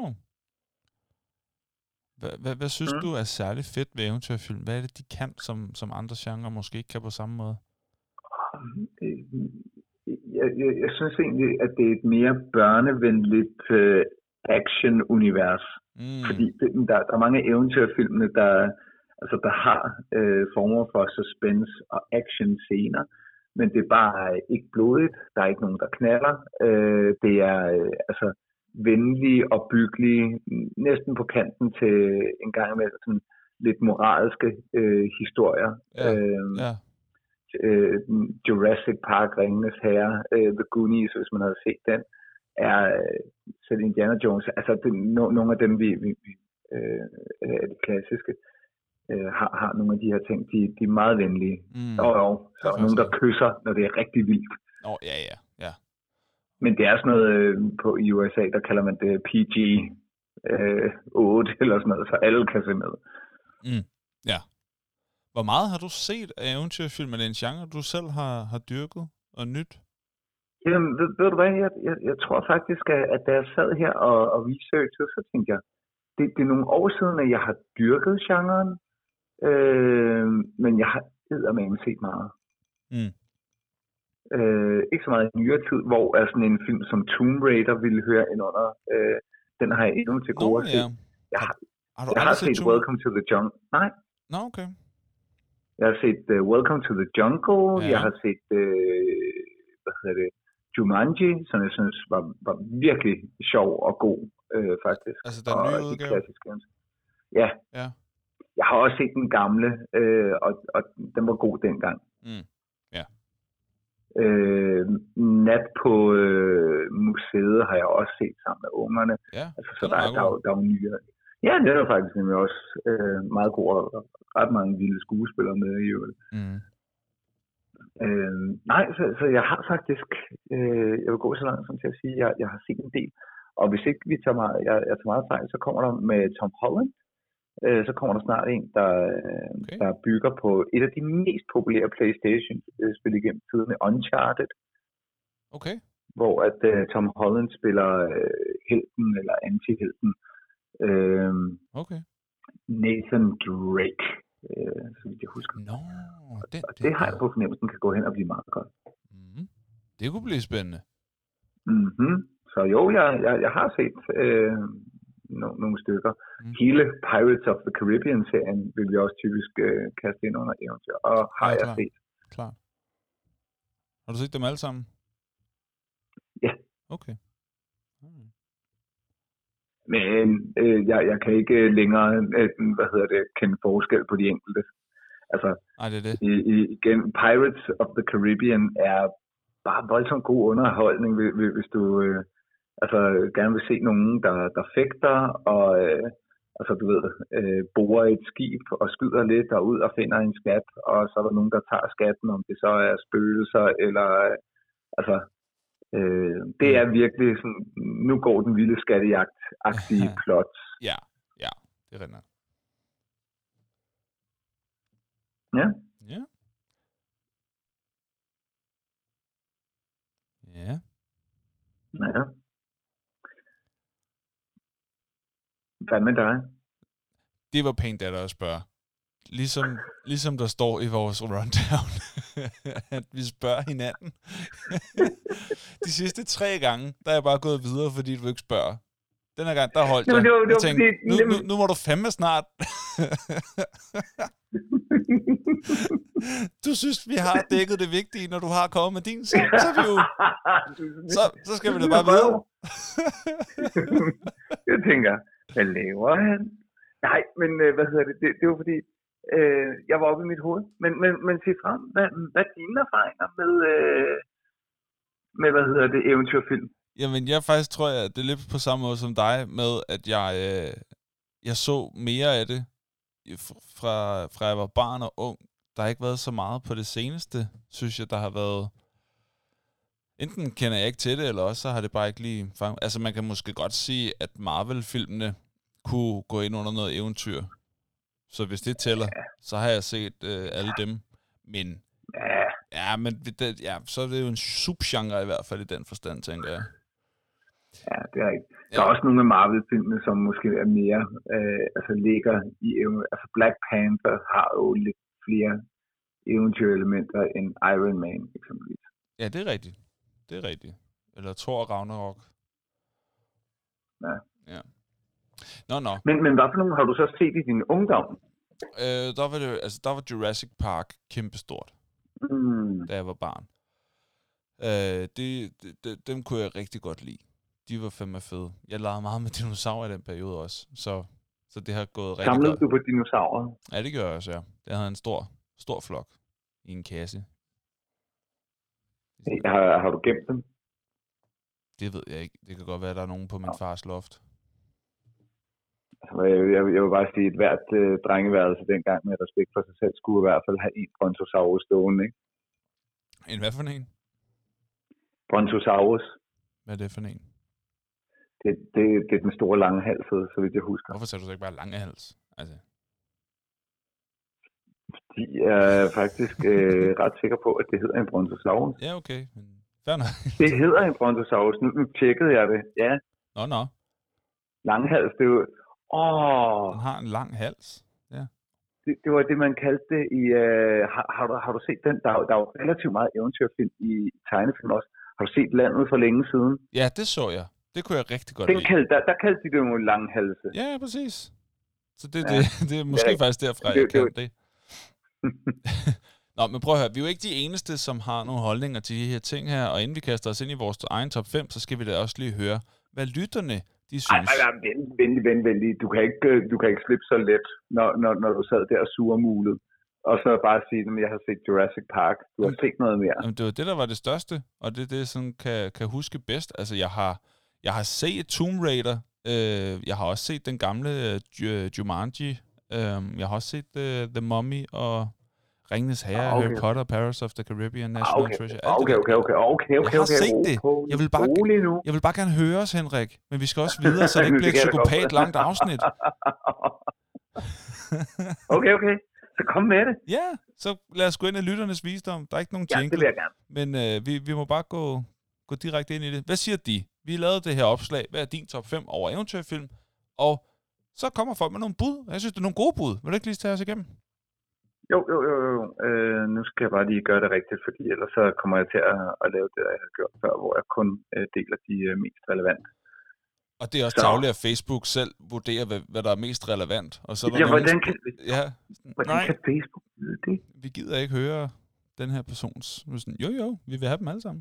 Hvad, hvad, hvad synes mm. du er særlig fedt ved eventyrfilm? Hvad er det, de kan, som, som andre genrer måske ikke kan på samme måde? Jeg, jeg, jeg synes egentlig, at det er et mere børnevenligt uh, action-univers. Mm. Fordi det, der, der er mange eventyrfilmene, der, altså, der har uh, former for suspense og action-scener, men det er bare ikke blodigt. Der er ikke nogen, der knalder. Uh, det er uh, altså venlige og byggelige, næsten på kanten til en gang med sådan lidt moralske øh, historier. Ja, øh, ja. Øh, Jurassic Park, Ringenes Herre, øh, The Goonies, hvis man havde set den, er øh, selv Indiana Jones, altså det, no, nogle af dem, vi, vi, vi øh, er det klassiske, øh, har, har nogle af de her ting, de, de er meget venlige. Mm. Og, og så er nogen, der kysser, når det er rigtig vildt. Åh, oh, ja, ja, ja. Men det er sådan noget, øh, på i U S A, der kalder man det P G otte øh, eller sådan noget, så alle kan se med. Mm. Ja. Hvor meget har du set af eventyrfilm, eller en genre, du selv har, har dyrket og nyt? Jamen, ved, ved du hvad, jeg, jeg, jeg tror faktisk, at, at da jeg sad her og, og researchede, så tænkte jeg, det, det er nogle år siden, at jeg har dyrket genren, øh, men jeg har eddermame set meget. Mm. Øh, ikke så meget i nyere tid, hvor er sådan en film som Tomb Raider ville høre ind under. Øh, den har jeg endnu til gode at se. Ja. Jeg har, har, har jeg har set, set Welcome to the Jungle. Nej. Nå, no, okay. Jeg har set uh, Welcome to the Jungle. Ja. Jeg har set, uh, hvad hedder det, Jumanji, som jeg synes var, var virkelig sjov og god, øh, faktisk. Altså den nye udgave? Klassiske. Ja. Ja. Jeg har også set den gamle, øh, og, og den var god dengang. Mm. Ja. Øh, Nat på øh, museet har jeg også set sammen med ungerne. Ja, altså, så der, der, der, der er jo nyere. Ja, det er jo faktisk nemlig også øh, meget god, og ret mange vilde skuespillere med i øvrigt. Mm. Øh, nej, så, så jeg har faktisk, øh, jeg vil gå så langt som til at sige, at jeg, jeg har set en del. Og hvis ikke vi tager meget, jeg, jeg tager meget fejl, så kommer der med Tom Holland. Øh, så kommer der snart en, der, okay. der bygger på et af de mest populære PlayStation-spil igennem tiderne, Uncharted. Okay. Hvor at uh, Tom Holland spiller uh, helten eller anti-helten. Uh, okay. Nathan Drake, uh, så vidt jeg husker. Nå, og det, og det, det har jeg på fornemmelsen kan gå hen og blive meget godt. Mm-hmm. Det kunne blive spændende. Mhm. Så jo, jeg, jeg, jeg har set uh, no- nogle stykker. Mm. Hele Pirates of the Caribbean-serien vil vi også typisk uh, kaste ind under eventyr, og har ja, jeg klar. set. Klart. Har du set dem alle sammen? Ja. Okay. Mm. Men øh, jeg, jeg kan ikke længere øh, hvad hedder det, kende forskel på de enkelte. Altså, Ej, det er det. I, i, igen, Pirates of the Caribbean er bare voldsomt god underholdning, hvis du øh, altså, gerne vil se nogen, der, der fægter, og øh, altså, du ved, øh, borer et skib og skyder lidt og ud og finder en skat, og så er der nogen, der tager skatten, om det så er spøgelser, eller øh, altså, øh, det er virkelig sådan, nu går den vilde skattejagt-agtige plot. Ja, ja, det er rigtigt. Ja. Ja. Ja. Ja. Hvad med dig? Det var pænt af dig at spørge. Ligesom, ligesom der står i vores rundown, at vi spørger hinanden. De sidste tre gange, der er jeg bare gået videre, fordi du ikke spørger. Den her gang, der holdt jeg. Det var, det Jeg var, tænkte, det, nu, nu, nu må du fandme snart. Du synes, vi har dækket det vigtige, når du har kommet med din, så, så, er vi jo, så, så skal vi da bare videre. Jeg tænker, hvad laver han? Nej, men hvad hedder det? Det, det var fordi, øh, jeg var oppe i mit hoved. Men, men, men sig frem, hvad, hvad er dine erfaringer med, øh, med, hvad hedder det, eventyrfilm? Jamen, jeg faktisk tror, jeg, det er lidt på samme måde som dig, med at jeg, øh, jeg så mere af det, fra, fra jeg var barn og ung. Der har ikke været så meget på det seneste, synes jeg, der har været. Enten kender jeg ikke til det, eller også så har det bare ikke lige fanget. Altså, man kan måske godt sige, at Marvel-filmene kunne gå ind under noget eventyr. Så hvis det tæller, ja. Så har jeg set øh, alle dem. Men, ja, ja, men det, ja, så er det jo en subgenre i hvert fald i den forstand, tænker jeg. Ja, det er rigtigt. Der er ja. også nogle af Marvel-filmene, som måske er mere, øh, altså ligger i eventyr. Altså Black Panther har jo lidt flere eventyrelementer end Iron Man, eksempelvis. Ja, det er rigtigt. Det er rigtigt. Eller Thor Ragnarok. Ja. Ja. Nå, nå. Men, men hvad for nogle har du så set i din ungdom? Øh, der var det, altså der var Jurassic Park kæmpestort, mm. da jeg var barn. Øh, det, det, dem kunne jeg rigtig godt lide. De var fandme fede. Jeg legede meget med dinosaurer i den periode også, så, så det har gået rigtig Samlede godt. du på dinosaurer? Ja, det gør jeg også, ja. Jeg havde en stor, stor flok i en kasse. Har, har du gemt dem? Det ved jeg ikke. Det kan godt være, at der er nogen på min fars loft. Altså, jeg, jeg, jeg vil bare sige, at hvert øh, drengeværelse dengang med respekt for sig selv, skulle i hvert fald have en Brontosaurus stående, ikke? En hvad for en? Brontosaurus. Hvad er det for en? Det, det, det er den store lange hals, så vidt jeg husker. Hvorfor sagde du så ikke bare lange hals? Altså. De er faktisk øh, ret sikker på, at det hedder en Brontosaurus. Ja, okay. Men fair nok. Det hedder en Brontosaurus. Nu, nu tjekkede jeg det. Ja. Nå, nå. Langhals, det er jo... Åh! Den har en lang hals. Ja. Det, det var det, man kaldte det i... Øh, har, har, du, har du set den? Der, der er jo relativt meget eventyrfilm i tegnefilm også. Har du set Landet for længe siden? Ja, det så jeg. Det kunne jeg rigtig godt den lide. Kaldte, der, der kaldte de det jo en langhalse. Ja, præcis. Så det, ja. det, det er måske ja, faktisk derfra, det, jeg det, kaldte det. Nå, men prøv at høre. Vi er jo ikke de eneste, som har nogle holdninger til de her ting her. Og inden vi kaster os ind i vores egen top fem, så skal vi da også lige høre, hvad lytterne de synes. Ej, ej, venlig, venlig, venlig, venlig. Du kan ikke, du kan ikke slippe så let, når, når, når du sad der surmulet. Og så bare sige, at jeg har set Jurassic Park. Du har set noget mere. Jamen, det var det, der var det største. Og det er det, som kan, kan huske bedst. Altså, jeg har, jeg har set Tomb Raider. Øh, jeg har også set den gamle uh, Jumanji. Øh, jeg har også set uh, The Mummy og Ringenes Herre, ah, okay. Harry Potter, Pirates of the Caribbean, National ah, okay. Treasure. Okay, okay, okay, okay, okay. Jeg har okay, set okay. det. Jeg vil, bare, jeg vil bare gerne høre os, Henrik. Men vi skal også videre, så det ikke bliver et psykopat langt afsnit. Okay, okay. Så kom med det. Ja, så lad os gå ind i lytternes visdom. Der er ikke nogen jingle. Ja, det vil jeg gerne. Men øh, vi, vi må bare gå, gå direkte ind i det. Hvad siger de? Vi lavede det her opslag. Hvad er din top fem over eventyrfilm? Og så kommer folk med nogle bud. Jeg synes, det er nogle gode bud. Vil du ikke lige tage os igennem? Jo, jo, jo. jo. Øh, nu skal jeg bare lige gøre det rigtigt, fordi ellers så kommer jeg til at, at lave det, jeg har gjort før, hvor jeg kun øh, deler de øh, mest relevante. Og det er også tavligt, at Facebook selv vurderer, hvad, hvad der er mest relevant. Og så er der ja, nogen, hvordan kan, ja, hvordan nej, kan Facebook vide det? Vi gider ikke høre den her persons... Jo, jo, vi vil have dem alle sammen.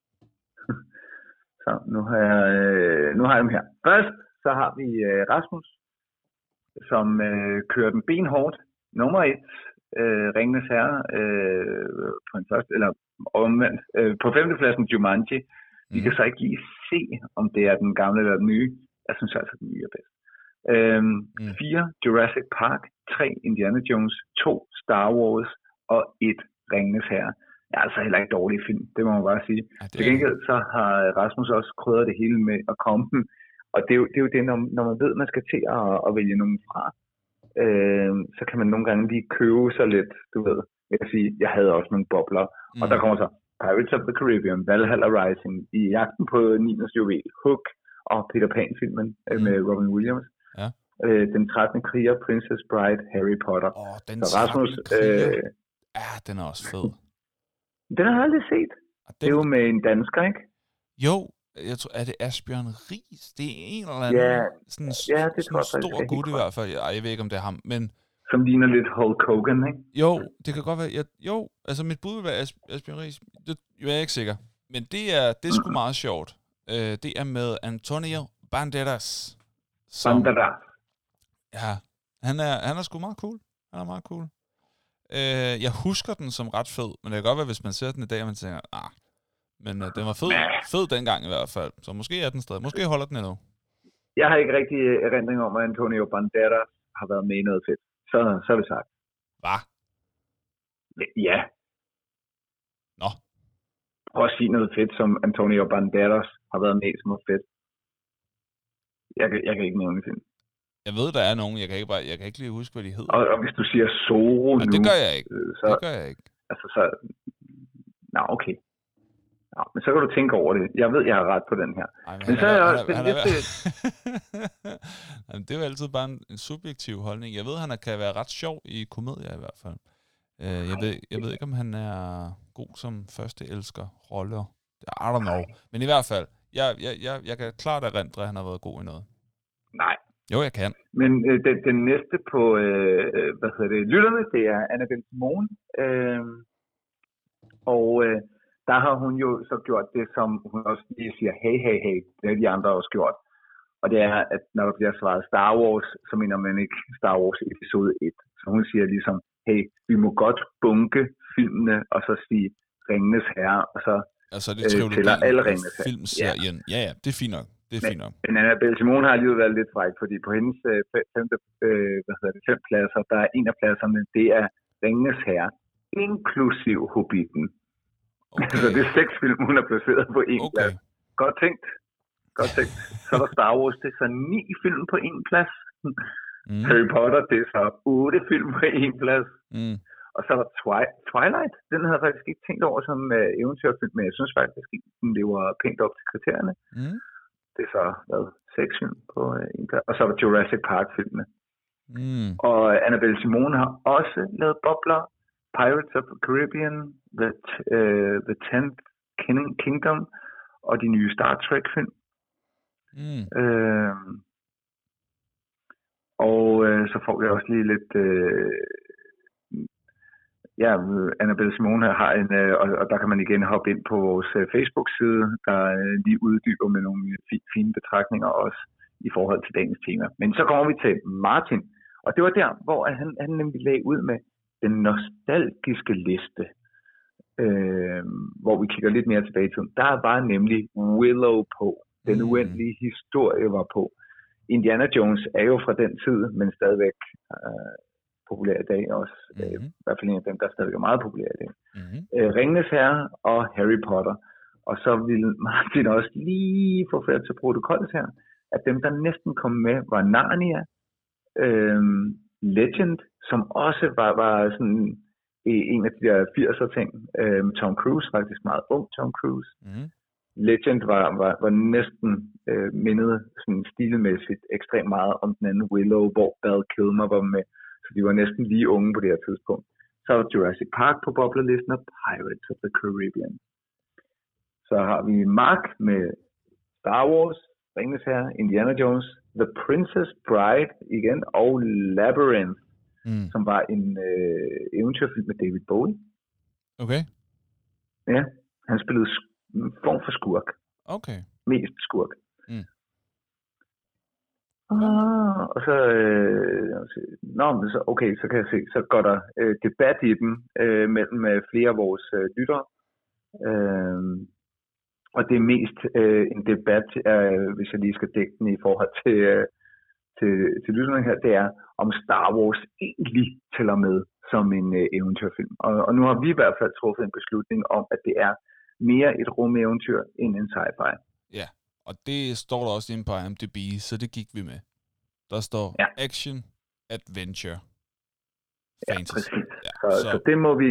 Så nu har jeg, øh, nu har jeg dem her. Først så har vi øh, Rasmus, som øh, kører den benhårdt. Nummer et, øh, Ringenes Herre, øh, på en første, eller omvendt. Øh, på femtepladsen Jumanji. Vi mm. kan så ikke lige se, om det er den gamle eller den nye. Jeg synes altså, den nye er bedst. Øhm, mm. Fire, Jurassic Park. Tre, Indiana Jones. To, Star Wars. Og et, Ringenes Herre. Det er altså heller ikke dårlig film, det må man bare sige. Ja, Til gengæld så har Rasmus også krydret det hele med at komme. Og det er jo det, er jo det når, når man ved, at man skal til at, at vælge nogen fra. øh, så kan man nogle gange lige købe sig lidt, du ved. Jeg kan sige, jeg havde også nogle bobler. Mm. Og der kommer så Pirates of the Caribbean, Valhalla Rising, I jagten på Ninas juvel, Hook og Peter Pan-filmen mm. med Robin Williams. Ja. Øh, den trettende kriger, Princess Bride, Harry Potter. Åh, oh, den så Rasmus, kriger. Øh, ja, den er også fed. Den har jeg aldrig set. Den... Det er jo med en dansker, ikke? Jo, jeg tror, er det Asbjørn Ries? Det er en eller anden ja, sådan, ja, det sådan tror jeg, stor gut i hvert fald. Ej, jeg ved ikke, om det er ham, men... Som ligner lidt Hulk Hogan, ikke? Jo, det kan godt være. Jeg, jo, altså mit bud vil være As, Asbjørn Ries. Det jeg er ikke sikker. Men det er, det er sgu meget sjovt. Uh, det er med Antonio Banderas. Som, Banderas. Ja, han er, han er sgu meget cool. Han er meget cool. Uh, jeg husker den som ret fed, men det kan godt være, hvis man ser den i dag, og man tænker, ah, men uh, den var fed, fed dengang i hvert fald. Så måske er den stadig. Måske holder den endnu. Jeg har ikke rigtig erindring om, at Antonio Banderas har været med i noget fedt. Så, så er det sagt. Hvad? Ja. Nå. Prøv at sige noget fedt, som Antonio Banderas har været med i, som er fedt. Jeg, jeg kan ikke nævne film. Jeg ved, der er nogen. Jeg kan ikke, bare, jeg kan ikke lige huske, hvad de hedder. Og, og hvis du siger Zorro ja, nu... det gør jeg ikke. Så, det gør jeg ikke. Altså, så... Nå, okay. Nå, men så kan du tænke over det. Jeg ved, jeg har ret på den her. Ej, men men så er, er jeg han også... Er, han er, Jamen, det er jo altid bare en, en subjektiv holdning. Jeg ved, han kan være ret sjov i komedier i hvert fald. Uh, jeg, ved, jeg ved ikke, om han er god som første elsker roller. I don't know. Men i hvert fald, jeg, jeg, jeg, jeg kan klart erindre, at han har været god i noget. Nej. Jo, jeg kan. Men øh, den, den næste på, øh, hvad hedder det, lytterne, det er Annabelle Simone. Øh, og øh, der har hun jo så gjort det, som hun også lige siger, hey, hey, hey, det har de andre også gjort. Og det er, at når der bliver svaret Star Wars, så mener man ikke Star Wars episode et. Så hun siger ligesom, hey, vi må godt bunke filmene, og så sige Ringenes Herre, og så altså, det øh, tæller alle Ringenes Herre. Filmserien. Ja. ja, ja, det er fint nok. Det er men, fint nok. Men Annabelle Simone har alligevel været lidt fræk, fordi på hendes øh, femte, øh, hvad hedder det, fem pladser, der er en af pladserne, det er Ringenes Herre, inklusiv Hobbiten. Okay. Så det er seks film, hun har placeret på en okay. plads. Godt tænkt. Godt tænkt. Så er der Star Wars, det er så ni film på en plads. Mm. Harry Potter, det er så otte film på en plads. Mm. Og så er der Twi- Twilight. Den havde jeg faktisk ikke tænkt over som uh, eventyrfilm, men jeg synes faktisk ikke, den lever pænt op til kriterierne. Mm. Det er så, hvad, seks film på uh, en plads. Og så er der Jurassic Park-filmene. Mm. Og Annabelle Simone har også lavet bobler. Pirates of the Caribbean, The, uh, the Tenth Kingdom og de nye Star Trek-film. Mm. Uh, og uh, så får vi også lige lidt... Uh, ja, Annabelle Simone har en... Uh, og, og der kan man igen hoppe ind på vores uh, Facebook-side, der uh, lige uddyber med nogle f- fine betragtninger også i forhold til dagens tema. Men så kommer vi til Martin. Og det var der, hvor han, han nemlig lagde ud med den nostalgiske liste, øh, hvor vi kigger lidt mere tilbage til. Der var nemlig Willow på. Den mm. uendelige historie var på. Indiana Jones er jo fra den tid, men stadigvæk øh, populær i dag også. Mm. Øh, I hvert fald en af dem, der stadigvæk er meget populær i dag. Mm. Øh, Ringenes Herre og Harry Potter. Og så ville Martin også lige få ført til protokollet her, at dem, der næsten kom med, var Narnia, øh, Legend, som også var, var sådan en af de der firser ting. Øh, Tom Cruise, faktisk meget ung Tom Cruise. Mm. Legend var, var, var næsten øh, mindet sådan stilmæssigt ekstremt meget om den anden Willow, hvor Val Kilmer var med. Så de var næsten lige unge på det her tidspunkt. Så var Jurassic Park på boblerlisten og Pirates of the Caribbean. Så har vi Mark med Star Wars, Ringenes Herre, Indiana Jones, The Princess Bride igen, og Labyrinth, mm. som var en øh, eventyrfilm med David Bowie. Okay. Ja, han spillede en form for skurk. Okay. Mest skurk. Mm. Ah, og så, øh, nå, men så, okay, så kan jeg se, så går der øh, debat i den øh, mellem øh, flere af vores øh, lyttere. Øh, og det er mest øh, en debat, øh, hvis jeg lige skal dække den i forhold til, øh, til, til lytterne her, det er, om Star Wars egentlig tæller med som en øh, eventyrfilm. Og, og nu har vi i hvert fald truffet en beslutning om, at det er mere et rumeventyr end en sci-fi. Ja, og det står der også inde på I M D B, så det gik vi med. Der står ja. Action, adventure Ja, fantasy. præcis. Ja, så, så... så det må vi...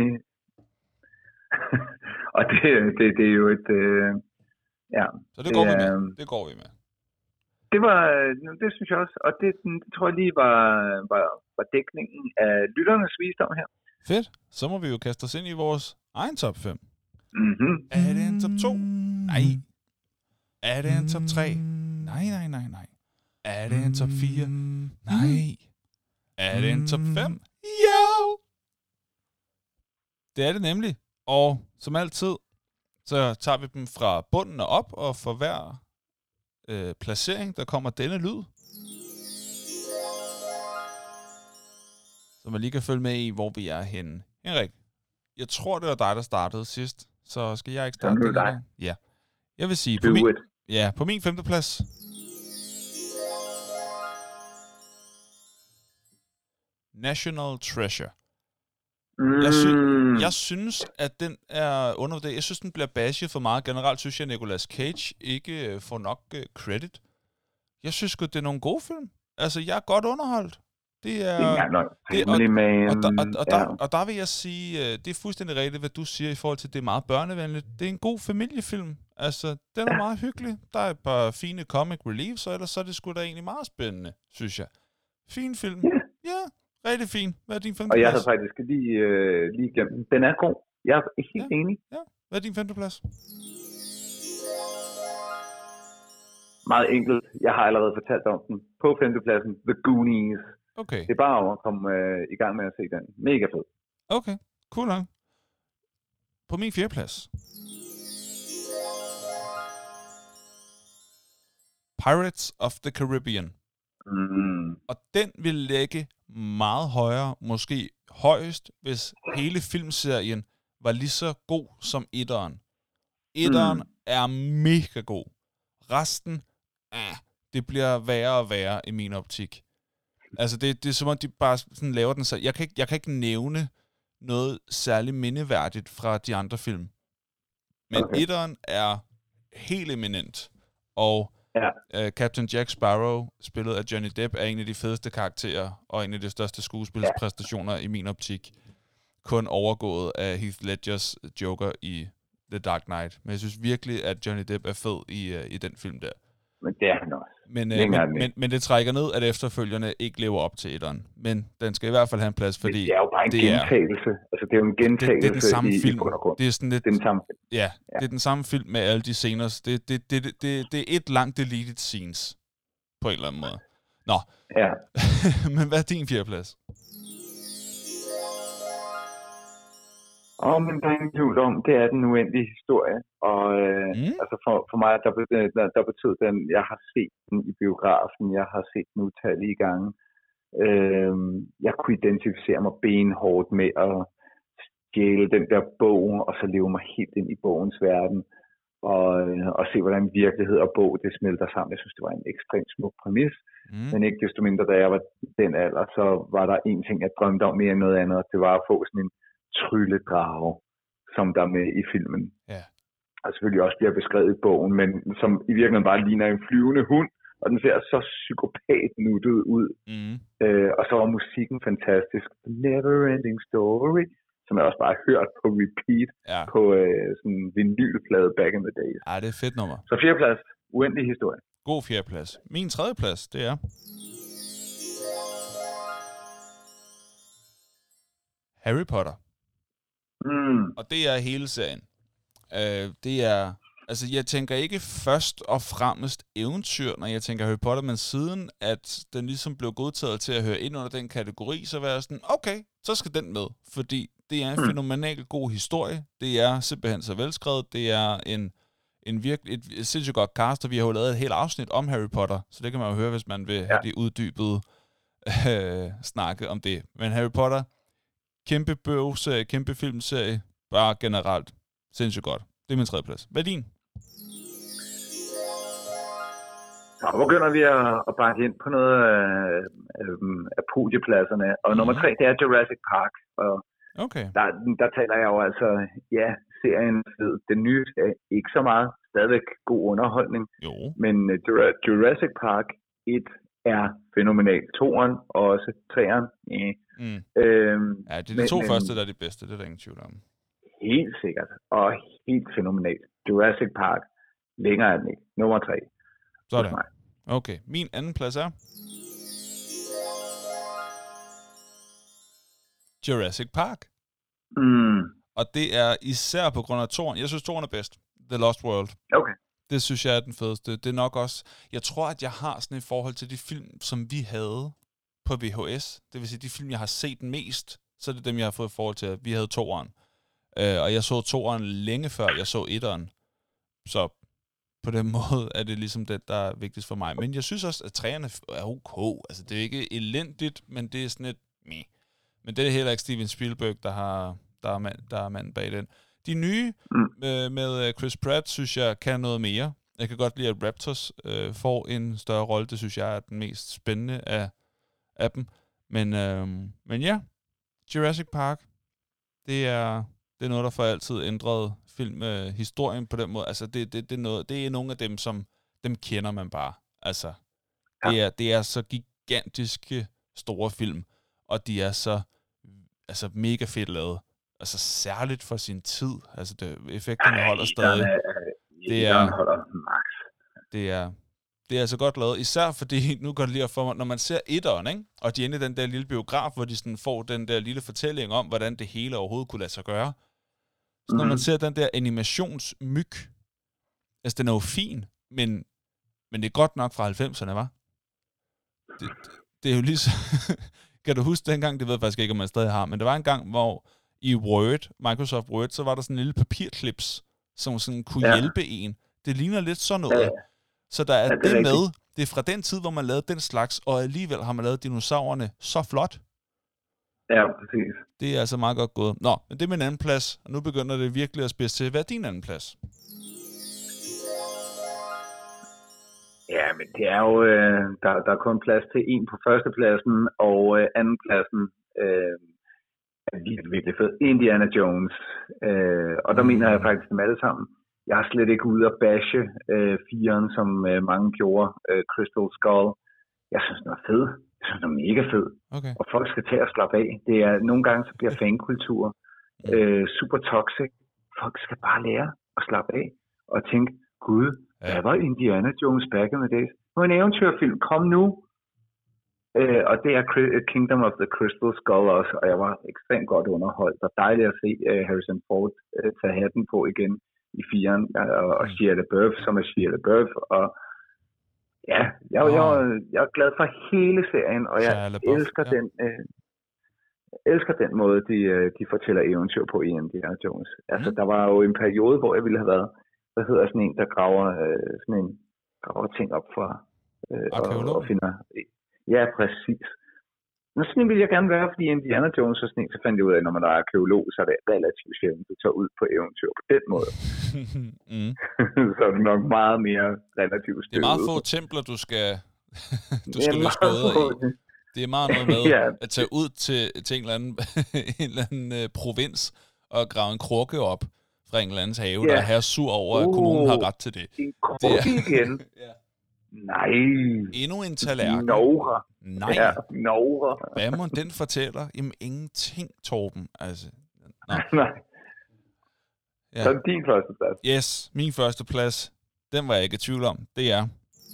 og det, det, det er jo et... Øh... Ja, så det, det går vi med. Det går vi med. Det var, det synes jeg også, og det, det tror jeg lige var, var, var dækningen af lytternes visdom her. Fedt. Så må vi jo kaste os ind i vores egen top fem. Mm-hmm. Er det en top to? Nej. Er det en top tre? Nej, nej, nej, nej. Er det en top fire? Nej. Er det en top fem? Jo! Det er det nemlig. Og som altid, så tager vi dem fra bunden og op, og for hver øh, placering, der kommer denne lyd. Så man lige kan følge med i, hvor vi er henne. Henrik, jeg tror, det var dig, der startede sidst, så skal jeg ikke starte det her? Ja. Jeg vil sige, på min, ja, på min femte plads. National Treasure. Mm. Jeg, sy- jeg synes, at den er undervurderet. Jeg synes, den bliver bashed for meget. Generelt synes jeg, at Nicolas Cage ikke får nok uh, credit. Jeg synes godt det er nogle gode film. Altså, jeg er godt underholdt. Det er... Ja, no, det, og, og, der, og, og, der, og der vil jeg sige, uh, det er fuldstændig rigtigt, hvad du siger i forhold til, at det er meget børnevenligt. Det er en god familiefilm. Altså, den er ja. meget hyggelig. Der er et par fine comic reliefs, og ellers så er det sgu da egentlig meget spændende, synes jeg. Fin film. Ja. Ja. Rigtig fin. Hvad er din femte plads? Og jeg havde faktisk lige, øh, lige gemt den. Den er god. Jeg er helt ja. enig. Ja. Hvad er din femte plads? Meget enkelt. Jeg har allerede fortalt om den. På femtepladsen, The Goonies. Okay. Det er bare om at komme øh, i gang med at se den. Mega fed. Okay, cool nok. På min fjerde plads. Pirates of the Caribbean. Mm. Og den vil ligge meget højere, måske højest, hvis hele filmserien var lige så god som etteren. Etteren mm. er mega god. Resten, ah, det bliver værre og værre i min optik. Altså, det, det er som om, de bare sådan laver den så. Jeg kan ikke, jeg kan ikke nævne noget særligt mindeværdigt fra de andre film. Men okay. etteren er helt eminent. Og ja. uh, Captain Jack Sparrow, spillet af Johnny Depp, er en af de fedeste karakterer, og en af de største skuespilspræstationer ja. i min optik. Kun overgået af Heath Ledgers Joker i The Dark Knight. Men jeg synes virkelig, at Johnny Depp er fed i, uh, i den film der. Men det er han også. Men, øh, men, men, men det trækker ned, at efterfølgerne ikke lever op til etteren. Men den skal i hvert fald have en plads, fordi det er jo bare en gentagelse. Er, altså, det er jo en gentagelse det, det er den samme i, film. i grund. Det er sådan lidt, det er den samme film. Ja, ja, det er den samme film med alle de scener. Det, det, det, det, det, det er et langt deleted scenes, på en eller anden måde. Nå. Ja. Men hvad er din fjerdeplads? Åh, oh, men der er ingen tvivl om, det er den uendelige historie. Og øh, mm. altså for, for mig, der, der, der betød den, jeg har set den i biografen, jeg har set den utallige gange. Øh, jeg kunne identificere mig benhårdt med at stjæle den der bog, og så leve mig helt ind i bogens verden. Og, øh, og se, hvordan virkelighed og bog, det smelter sammen. Jeg synes, det var en ekstremt smuk præmis. Mm. Men ikke desto mindre, da jeg var den alder, så var der en ting, jeg drømte om mere end noget andet, og det var at få sådan en trylledrage, som der er med i filmen. Ja. Og selvfølgelig også bliver beskrevet i bogen, men som i virkeligheden bare ligner en flyvende hund, og den ser så psykopat nuttet ud. Mm. Øh, og så var musikken fantastisk. Never Ending Story, som jeg også bare har hørt på repeat ja. på øh, sådan en vinylplade back in the days. Ja, det er et fedt nummer. Så fjerdeplads, uendelig historie. God fjerdeplads. Min tredje plads, det er Harry Potter. Mm. Og det er hele serien. Uh, det er, altså jeg tænker ikke først og fremmest eventyr, når jeg tænker Harry Potter, men siden at den ligesom blev godtaget til at høre ind under den kategori, så var jeg sådan, okay, så skal den med, fordi det er en mm. fænomenalt god historie. Det er simpelthen så velskrevet. Det er en, en virkelig, et, et sindssygt godt cast, og vi har jo lavet et helt afsnit om Harry Potter, så det kan man jo høre, hvis man vil have ja. de uddybede øh, snakke om det. Men Harry Potter, kæmpe bogserie, kæmpe filmserie, bare generelt sindssygt godt. Det er min tredje plads. Hvad er din? Så begynder vi at, at banke ind på noget af, af, af podiepladserne. Og mm. nummer tre, det er Jurassic Park. Og okay. der, der taler jeg jo altså, ja, serien fed. Den nye er ikke så meget. Stadigvæk god underholdning. Jo. Men uh, Jurassic Park et er fænomenal. Toeren og også treeren. Yeah. Mm. Øhm, ja, det er de men, to men, første, der er de bedste, det er der ingen tvivl om. Helt sikkert, og helt fænomenalt. Jurassic Park, længere er den ikke. Nummer tre. Sådan. Okay, min anden plads er Jurassic Park. Mm. Og det er især på grund af toren. Jeg synes, toren er bedst. The Lost World. Okay. Det synes jeg er den fedeste. Det er nok også... Jeg tror, at jeg har sådan et forhold til de film, som vi havde på V H S. Det vil sige, de film, jeg har set mest, så er det dem, jeg har fået forhold til. Vi havde toeren. Uh, og jeg så toeren længe før, jeg så etteren. Så på den måde er det ligesom det, der er vigtigst for mig. Men jeg synes også, at træerne er ok. Altså, det er ikke elendigt, men det er sådan et... Meh. Men det er heller ikke Steven Spielberg, der har... Der er, mand, der er mand bag den. De nye mm. øh, med Chris Pratt, synes jeg, kan noget mere. Jeg kan godt lide, at Raptors øh, får en større rolle. Det synes jeg er den mest spændende af, af dem. Men, øh, men ja, Jurassic Park, det er, det er noget, der for altid ændret filmhistorien øh, på den måde. Altså, det, det, det, er noget, det er nogle af dem, som dem kender man bare. Altså, ja. det, er, det er så gigantiske store film, og de er så altså, mega fedt lavet. Altså særligt for sin tid. Altså det, effekterne holder stadig. Det er, det er, det er altså godt lavet. Især fordi, nu går det lige at for mig, når man ser etteren, ikke? Og de er inde i den der lille biograf, hvor de sådan får den der lille fortælling om, hvordan det hele overhovedet kunne lade sig gøre. Så når man ser den der animationsmyg, altså den er jo fin, men, men det er godt nok fra halvfemserne, hva'? Det, det er jo lige så... Kan du huske dengang, det ved jeg faktisk ikke, om man stadig har, men der var en gang, hvor i Word, Microsoft Word, så var der sådan en lille papirklips, som sådan kunne ja. hjælpe en. Det ligner lidt sådan noget. Ja. Så der er ja, det, det med, det er fra den tid, hvor man lavede den slags, og alligevel har man lavet dinosaurerne så flot. Ja, præcis. Det er altså meget godt gået. Nå, men det er min anden plads, og nu begynder det virkelig at spidse til. Hvad er din anden plads? Ja, men det er jo, øh, der, der er kun plads til en på førstepladsen, og øh, andenpladsen øh, er virkelig, virkelig fed. Indiana Jones. Øh, og der mm. mener jeg faktisk dem alle sammen. Jeg er slet ikke ude at bashe øh, firen, som øh, mange gjorde. Øh, Crystal Skull. Jeg synes, den er fed. Jeg synes, den er mega fed. Okay. Og folk skal tage og slappe af. Det er, nogle gange så bliver fankultur øh, super toxic. Folk skal bare lære at slappe af og tænke, gud, ja. Der var Indiana Jones back in the days. Nu er en eventyrfilm. Kom nu. Øh, og det er Kingdom of the Crystal Skull også, og jeg var ekstremt godt underholdt. Og dejligt at se uh, Harrison Ford uh, tage hatten på igen i firen, uh, og Shia LaBeouf, som er Shia LaBeouf. Og ja, jeg, oh. jeg, jeg, jeg er glad for hele serien, og jeg elsker ja. den... Uh, elsker den måde, de, de fortæller eventyr på i Indiana Jones. Altså, mm. der var jo en periode, hvor jeg ville have været hvad hedder sådan en, der graver, øh, sådan en, graver ting op for øh, og, og finder... Ja, præcis. Men sådan en vil jeg gerne være, fordi Indiana Jones og sådan en, så fandt jeg ud af, at når man er arkeolog, så er det relativt sjældent, du tager ud på eventyr på den måde. mm. Så er det nok meget mere relativt støvet. Det er meget få templer, du skal, du skal løse gåder i. Det er meget noget med ja. at tage ud til, til en eller anden, en eller anden uh, provins og grave en krukke op fra en eller andens have, yeah. der er her sur over, at kommunen har ret til det. En krukke igen? ja. Nej. Endnu en tallerken. Nora. Nej. Ja, Nora. Hvad må den fortæller? Jamen ingenting, Torben. Altså, nej. Ja. Så er din første plads. Yes, min første plads, den var jeg ikke i tvivl om. Det er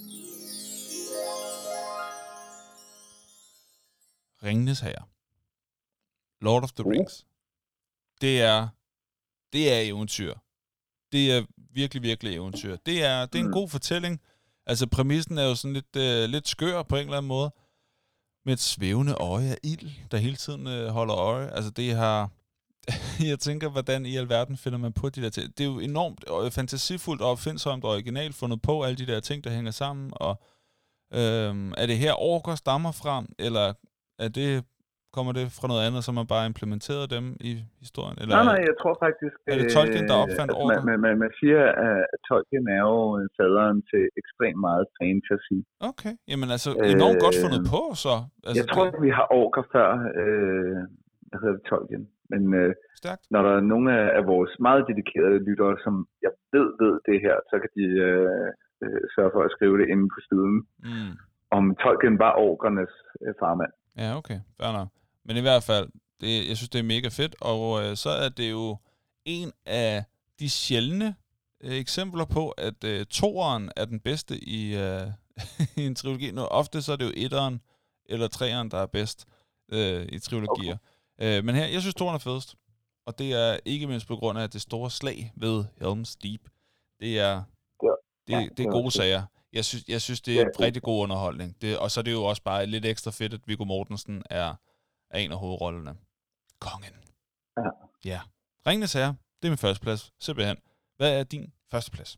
Ringenes Herre. Lord of the Rings. Uh. Det er det er eventyr. Det er virkelig, virkelig eventyr. Det er, det er en mm. god fortælling. Altså, præmissen er jo sådan lidt, øh, lidt skør på en eller anden måde. Med et svævende øje af ild, der hele tiden øh, holder øje. Altså, det har... jeg tænker, hvordan i alverden finder man på de der ting. Det er jo enormt øh, fantasifuldt og opfindsomt og originalt fundet på alle de der ting, der hænger sammen. Og øh, er det her orker stammer fra, eller er det... Kommer det fra noget andet, som man bare implementeret dem i historien? Eller nej, nej, jeg tror faktisk... Er det Tolkien, der opfandt øh, orker? Man, man, man siger, at Tolkien er jo faderen til ekstremt meget fantasy. Okay, jamen altså enormt øh, godt fundet på, så... Altså, jeg tror, det... vi har orker før, øh, hvad hedder det, Tolkien. Men øh, når der er nogle af vores meget dedikerede lyttere, som jeg ved, ved det her, så kan de øh, øh, sørge for at skrive det inde på siden. Mm. om Tolkien var orkernes øh, farmand. Ja, okay. Fair nok. Men i hvert fald, det, jeg synes, det er mega fedt, og øh, så er det jo en af de sjældne øh, eksempler på, at øh, toeren er den bedste i, øh, i en trilogi. Nå, ofte så er det jo etteren eller treeren, der er bedst øh, i trilogier. Okay. Øh, men her, jeg synes, toeren er fedest. Og det er ikke mindst på grund af det store slag ved Helm's Deep. Det er, ja. det, Ja, det er gode sager. Jeg synes, jeg synes, det er ja, rigtig god underholdning. Det, og så er det jo også bare lidt ekstra fedt, at Viggo Mortensen er, er en af hovedrollerne. Kongen. Ja. Ja. Ringenes Herre, det er min første plads. Simpelthen. Hvad er din første plads?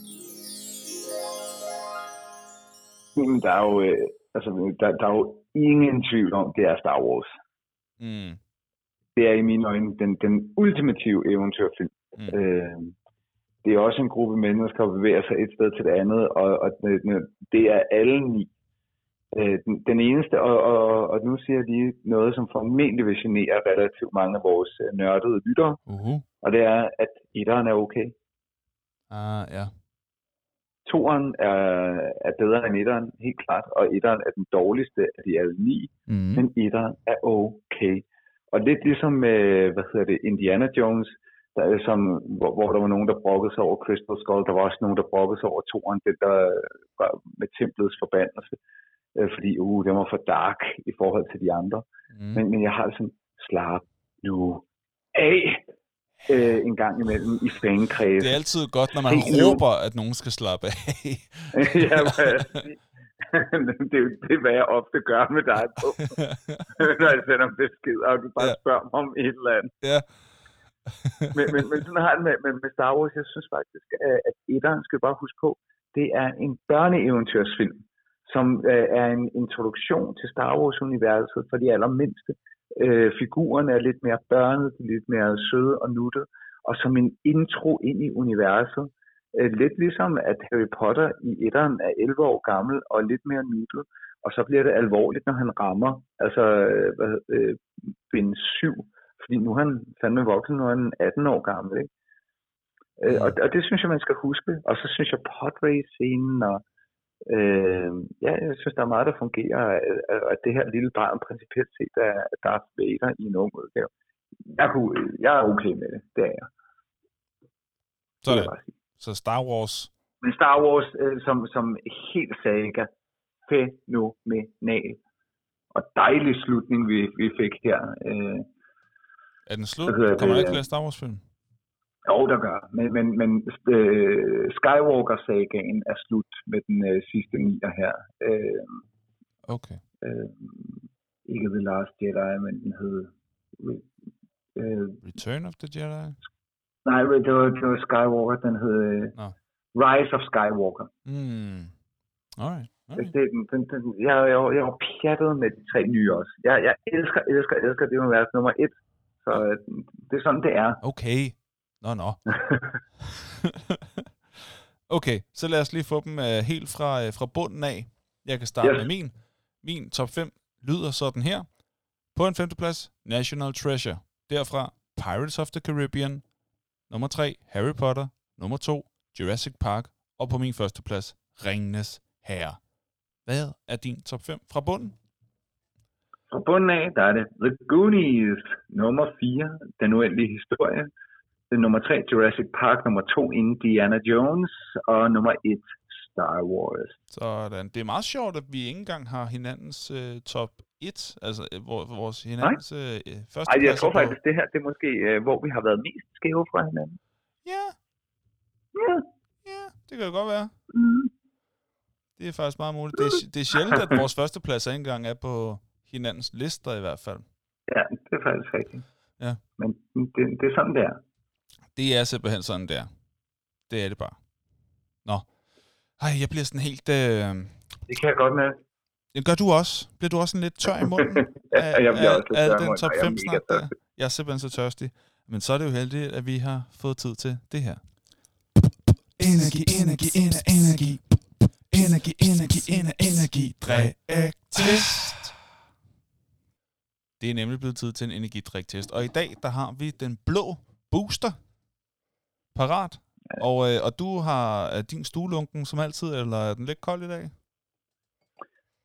Jamen, der er jo, øh, altså, der, der er jo ingen tvivl om, det er Star Wars. Mm. Det er i mine øjne den, den ultimative eventyrfilm. Mm. Øh, det er også en gruppe mennesker, der bevæger sig et sted til det andet, og, og det er alle ni. Øh, den, den eneste, og, og, og nu siger jeg lige noget, som formentlig vil genere relativt mange af vores nørdede lyttere, uh-huh. og det er, at etteren er okay. Ah, ja. Toeren er, er bedre end etteren, helt klart, og etteren er den dårligste af de alle ni, mm. men etteren er okay. Og lidt ligesom med, hvad hedder det, Indiana Jones, der er som, hvor, hvor der var nogen, der brokkede sig over Crystal Skull, der var også nogen, der brokkede sig over toeren, den der var med templets forbandelse, øh, fordi uh, den var for dark i forhold til de andre. Mm. Men, men jeg har sådan, slap nu af øh, en gang imellem i fangekredse. Det er altid godt, når man Helt råber, nu. At nogen skal slappe af. Ja, det, er, det er, hvad jeg ofte gør med dig på, når jeg sender besked, og du bare ja. spørger mig om et eller andet. Ja. men, men, men sådan har det med, med, med Star Wars. Jeg synes faktisk, at etteren, skal bare huske på, det er en børneeventyrsfilm, som øh, er en introduktion til Star Wars-universet for de allermindste. Øh, figurerne er lidt mere børnet, lidt mere søde og nuttede, og som en intro ind i universet. Øh, lidt ligesom, at Harry Potter i etteren er elleve år gammel og lidt mere nuttet, og så bliver det alvorligt, når han rammer, altså hvad, øh, bind syv. Fordi nu er han fandme voksen, nu er han atten år gammel, ikke? Mm. Og, og det synes jeg, man skal huske. Og så synes jeg, podrace-scenen, og øh, ja, jeg synes, der er meget, der fungerer, at det her lille barn principielt set er Darth Vader i en ung udgave. Jeg, kunne, jeg er okay med det, det er jeg. Så, det, så Star Wars? Men Star Wars øh, som, som helt saga, fænomenal. Og dejlig slutning, vi, vi fik her. Øh, Er den slut? Kommer der ikke flere Star Wars-film? Jo, der gør. Men, men, men øh, Skywalker-sagaen er slut med den øh, sidste nier her. Øh, okay. Øh, ikke The Last Jedi, men den hed... Øh, Return of the Jedi? Nej, det var, det var Skywalker. Den hed øh, no. Rise of Skywalker. Mm. Alright. Alright. Det, den, den, den, jeg, jeg, jeg var pjattet med de tre nye også. Jeg, jeg elsker, elsker, elsker det univers nummer et. Så det er sådan, det er. Okay. Nå, nå. Okay, så lad os lige få dem uh, helt fra, uh, fra bunden af. Jeg kan starte yes. med min. Min top fem lyder sådan her. På en femteplads, National Treasure. Derfra, Pirates of the Caribbean. Nummer tre, Harry Potter. Nummer to, Jurassic Park. Og på min første plads, Ringenes Herre. Hvad er din top fem fra bunden? Fra bunden af, der er det The Goonies, nummer fire, Den Uendelige Historie. Det er nummer tre, Jurassic Park. Nummer to, Indiana Jones. Og nummer et, Star Wars. Sådan. Det er meget sjovt, at vi ikke engang har hinandens uh, top et, altså uh, vores hinandens uh, første. Ej, jeg tror faktisk, det her det er måske, uh, hvor vi har været mest skæve fra hinanden. Ja. Ja. Ja, det kan det godt være. Mm. Det er faktisk meget muligt. Det er, det er sjældent, at vores første plads ikke engang er på hinandens lister i hvert fald. Ja, det er faktisk rigtigt. Ja. Men det, det er sådan, det er. Det er simpelthen sådan, det er. Det er det bare. Nå. Ej, jeg bliver sådan helt... Øh... Det kan jeg godt med. Det gør du også. Bliver du også sådan lidt tør i munden? Ja, jeg bliver også lidt tør i munden, top fem snart der. Jeg er simpelthen så tørstig. Men så er det jo heldigt, at vi har fået tid til det her. Energi, energi, energi, energi. Energi, energi, energi, energi. Drik-test. Det er nemlig blevet tid til en energidriktest. Og i dag, der har vi den blå booster parat. Og, øh, og du har er din stuelunken som altid, eller er den lidt kold i dag?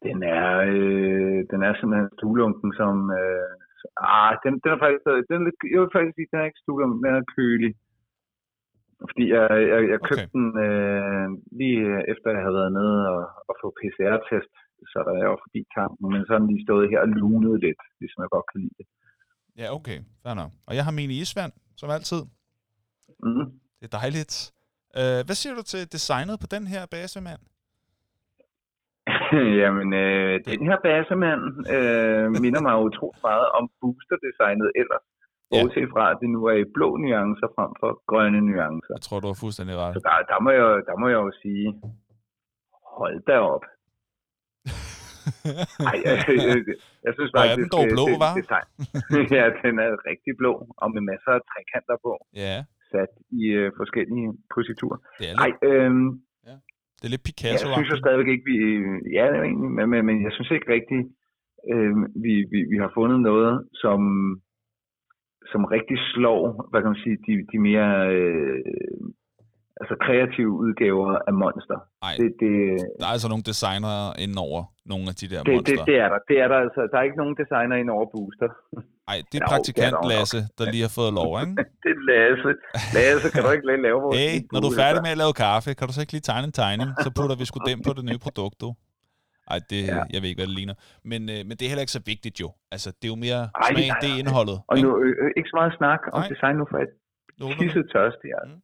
Den er, øh, den er simpelthen stulunken, som... Øh, ah, den, den er faktisk... Den, jeg vil faktisk sige, den er ikke stulunken, den er kølig. Fordi jeg, jeg, jeg købte okay. den øh, lige efter, jeg havde været nede og, og få P C R-test, så der er jo forbi tanken, men så er den lige stået her og lunet lidt, ligesom jeg godt kan lide det. Ja, okay. Fair nok. Og jeg har min i isvand, som altid. Mm. Det er dejligt. Uh, hvad siger du til designet på den her basemand? Jamen, øh, den her basemand øh, minder mig utroligt meget om booster-designet ellers. Bortset fra, at det nu er i blå nuancer frem for grønne nuancer. Jeg tror, du har fuldstændig ret. Så der, der, må jeg, der må jeg jo sige, hold da op. Ej, jeg, jeg, jeg synes faktisk, er den dog blå, det, hva'? Ja, den er rigtig blå, og med masser af trekanter på. Ja. Sat i øh, forskellige positurer. Det er lidt, Ej, øhm, ja. Det er lidt Picasso. Jeg synes jo stadigvæk ikke, vi... Ja, det er egentlig, men, men jeg synes ikke rigtigt, øh, vi, vi, vi har fundet noget, som... som rigtig slår, hvad kan man sige, de, de mere øh, altså kreative udgaver af Monster. Nej, det, det, der er altså nogle designere inden over nogle af de der det, Monster. Det, det er der. Det er der altså. Der er ikke nogen designer inden over Booster. Nej, det er praktikant Lasse, der lige har fået lov, ikke? Det er Lasse. Lasse, kan du ikke lige lave vores... Hey, når du er færdig med at lave kaffe, kan du så ikke lige tegne en tegning? Så putter vi sgu dem på det nye produkt, du. Ej, det, ja. Jeg ved ikke, hvad det ligner. Men, øh, men det er heller ikke så vigtigt jo. Altså, det er jo mere Ej, smag, det er indholdet. Og nu, øh, ikke så meget snak om Nej. design nu, for et pisset tørst her. Mm.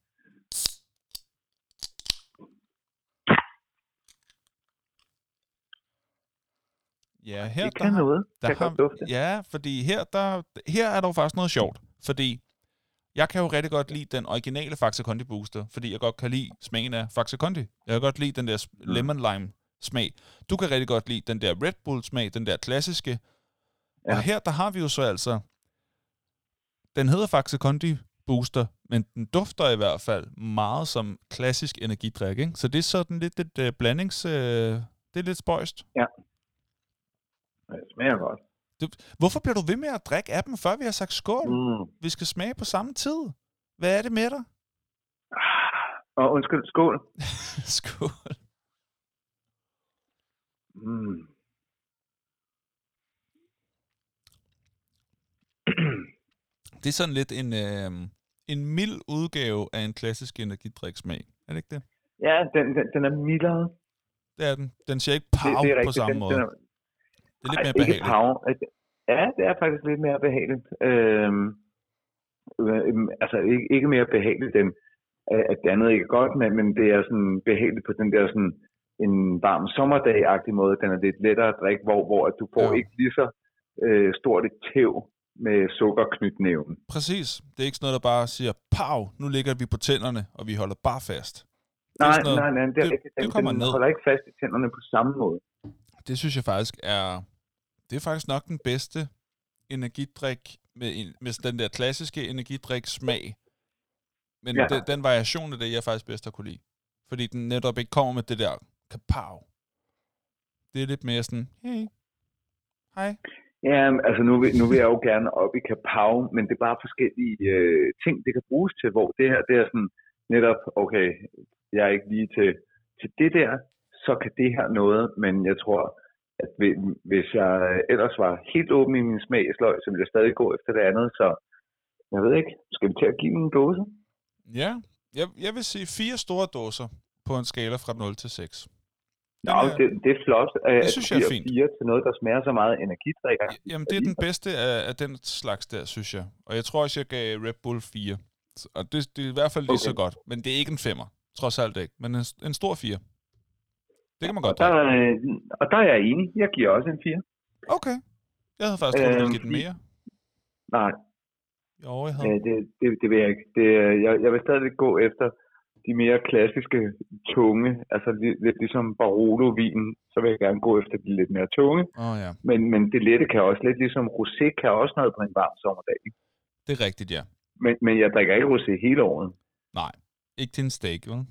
Ja, her det kan der, noget. Der kan har, dufte. ja, fordi her, der, her er der jo faktisk noget sjovt. Fordi jeg kan jo rigtig godt lide den originale Faxe Kondi Booster, fordi jeg godt kan lide smagen af Faxe Kondi. Jeg kan godt lide den der lemon lime smag. Du kan rigtig godt lide den der Red Bull smag, den der klassiske. Ja. Og her, der har vi jo så altså, den hedder Faxe Kondi Booster, men den dufter i hvert fald meget som klassisk energidrik, ikke? Så det er sådan lidt et uh, blandings... Uh, det er lidt spøjst. Ja. Det smager godt. Du, hvorfor bliver du ved med at drikke af dem, før vi har sagt skål? Mm. Vi skal smage på samme tid. Hvad er det med dig? Og oh, undskyld, skål. Skål. Mm. Det er sådan lidt en, øh, en mild udgave af en klassisk energidriksmag. Er det ikke det? Ja, den, den, den er mildere. Det er den. Den siger ikke pow det, det er på samme den, måde. Den er, det er lidt ej, mere behageligt. Pow. Ja, det er faktisk lidt mere behageligt. Øhm, øh, altså ikke, ikke mere behageligt end at det andet ikke er godt, men, men det er sådan behageligt på den der sådan en varm sommerdag-agtig måde. Den er lidt lettere at drikke, hvor, hvor at du får ja. ikke lige så øh, stort et tæv med sukkerknytnæven. Præcis. Det er ikke sådan noget, der bare siger, pow, nu ligger vi på tænderne, og vi holder bare fast. Nej, noget, nej, nej, det, det, det, den, det kommer den ned. holder ikke fast i tænderne på samme måde. Det synes jeg faktisk er, det er faktisk nok den bedste energidrik, med, med den der klassiske energidrik smag. Men ja. den, den variation af det, jeg faktisk bedst har kunne lide. Fordi den netop ikke kommer med det der kapow. Det er lidt mere sådan, hey, hej. Ja, altså nu vil, nu vil jeg jo gerne op i kapow, men det er bare forskellige øh, ting, det kan bruges til, hvor det her, det er sådan netop, okay, jeg er ikke lige til, til det der, så kan det her noget, men jeg tror, at hvis jeg ellers var helt åben i min smagsløg, så ville jeg stadig gå efter det andet, så jeg ved ikke, skal vi til at give en dåse? Ja, jeg, jeg vil sige fire store dåser på en skala fra nul til seks. Nå, er, det, det er flot, at det synes jeg er fint. Fire til noget, der smager så meget energidrik. Jamen, det er den bedste af, af den slags der, synes jeg. Og jeg tror også, jeg gav Red Bull fire. Og det, det er i hvert fald lige okay. så godt. Men det er ikke en femmer. Trods alt ikke. Men en, en stor fire. Det kan man godt og der, og der er jeg enig. Jeg giver også en fire. Okay. Jeg havde faktisk troet, øh, du ville give den mere. Nej. Jo, jeg havde. Øh, det, det, det vil jeg ikke. Det, jeg, jeg vil stadig gå efter de mere klassiske tunge, altså lidt, lidt ligesom Barolo-vinen, så vil jeg gerne gå efter de lidt mere tunge. Oh, ja. men, men det lette kan også, lidt ligesom rosé, kan også noget på en varm sommerdag. Det er rigtigt, ja. Men, men jeg drikker ikke rosé hele året. Nej, ikke til en steak, vel?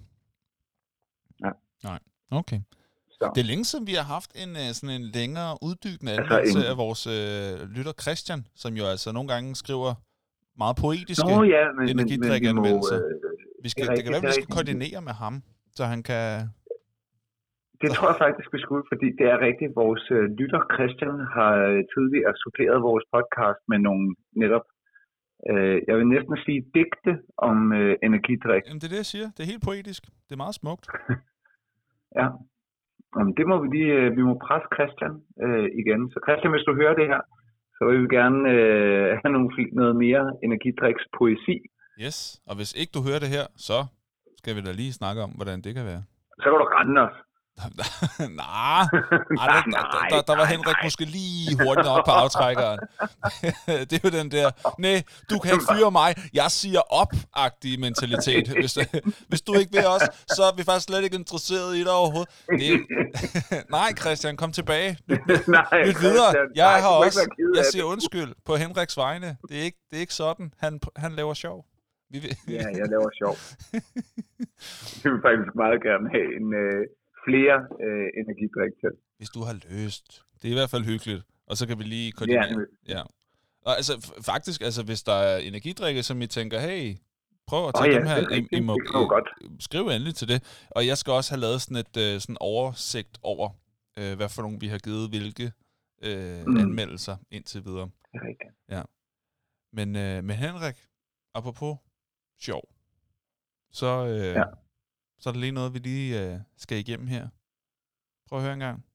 Nej. Nej, okay. Så. Det er længe siden, vi har haft en, sådan en længere uddybende altså anmeldelse en... af vores øh, lytter Christian, som jo altså nogle gange skriver meget poetiske Nå, ja, men, energidrikanmeldelser. Men, men, Vi skal, det, det kan være, at vi skal koordinere med ham, så han kan... Det tror jeg faktisk, vi skulle, fordi det er rigtigt. Vores øh, lytter Christian har øh, tidligere suppleret vores podcast med nogle netop, øh, jeg vil næsten sige digte om øh, energidrik. Jamen, det er det, jeg siger. Det er helt poetisk. Det er meget smukt. Ja. Jamen, det må vi lige, øh, vi må presse Christian øh, igen. Så Christian, hvis du hører det her, så vil vi gerne øh, have nogle, noget mere energidriks poesi. Yes, og hvis ikke du hører det her, så skal vi da lige snakke om, hvordan det kan være. Så kan du rende os. Nej, der, der, der, der var Henrik måske lige hurtigt op på aftrækkeren. Det er jo den der, nej, du kan ikke fyre mig, jeg siger op-agtige mentalitet. Hvis, hvis du ikke vil os, så er vi faktisk slet ikke interesseret i dig overhovedet. Det er, nej, Christian, kom tilbage. Lyt, lyt videre. Jeg er her også. Jeg siger undskyld på Henriks vegne. Det er ikke, det er ikke sådan. Han, han laver sjov. Vi vil... Ja, jeg laver sjov. Jeg vil faktisk meget gerne have en... Øh... flere øh, energidrik til. Hvis du har lyst. Det er i hvert fald hyggeligt. Og så kan vi lige koordinere. Ja, ja. Og altså, f- faktisk, altså, hvis der er energidrikke, som I tænker, hey, prøv at tage oh, ja, dem her. I, I må skrive endelig til det. Og jeg skal også have lavet sådan et uh, sådan oversigt over, uh, hvad for nogle vi har givet hvilke uh, mm. anmeldelser indtil videre. Det er rigtigt. Ja. Men, uh, men Henrik, apropos sjov, så... Uh, ja. Så er der lige noget, vi lige øh, skal igennem her. Prøv at høre en gang.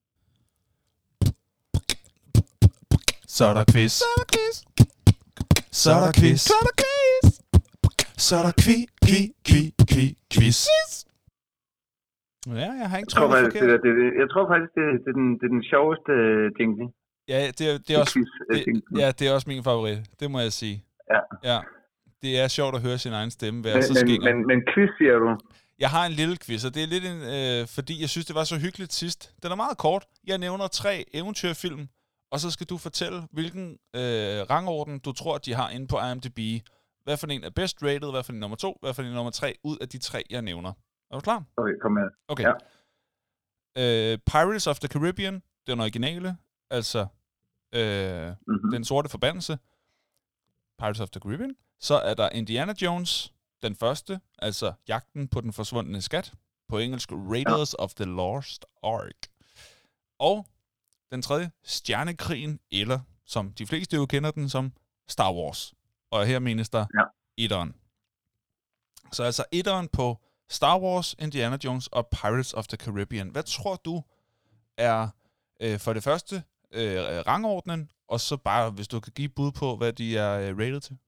Så er der quiz. Så er der quiz. Så er der quiz. Så er der quiz. Så er der kvi, kvi, kvi, kvi, quiz. Ja, jeg har ikke troet det forkert. Det, det, jeg tror faktisk, det, det, er, den, det er den sjoveste jingle. Ja, det er, det er også, det, ja, det er også min favorit. Det må jeg sige. Ja. Ja. Det er sjovt at høre sin egen stemme være men, så skinger. Men, men, men quiz, siger du? Jeg har en lille quiz, og det er lidt en, øh, fordi jeg synes, det var så hyggeligt sidst. Den er meget kort. Jeg nævner tre eventyrfilm, og så skal du fortælle, hvilken øh, rangorden du tror, de har inde på I M D B. Hvad for en er best rated, hvad for en nummer to, hvad for en nummer tre, ud af de tre, jeg nævner. Er du klar? Okay, kom med. Okay. Ja. Øh, Pirates of the Caribbean, den originale, altså øh, mm-hmm. Den sorte forbandelse. Pirates of the Caribbean. Så er der Indiana Jones, den første, altså Jagten på den forsvundne skat, på engelsk Raiders ja. of the Lost Ark. Og den tredje, Stjernekrigen, eller som de fleste jo kender den som Star Wars. Og her menes der ja. etteren. Så altså etteren på Star Wars, Indiana Jones og Pirates of the Caribbean. Hvad tror du er øh, for det første øh, rangordnen, og så bare, hvis du kan give bud på, hvad de er øh, rated til?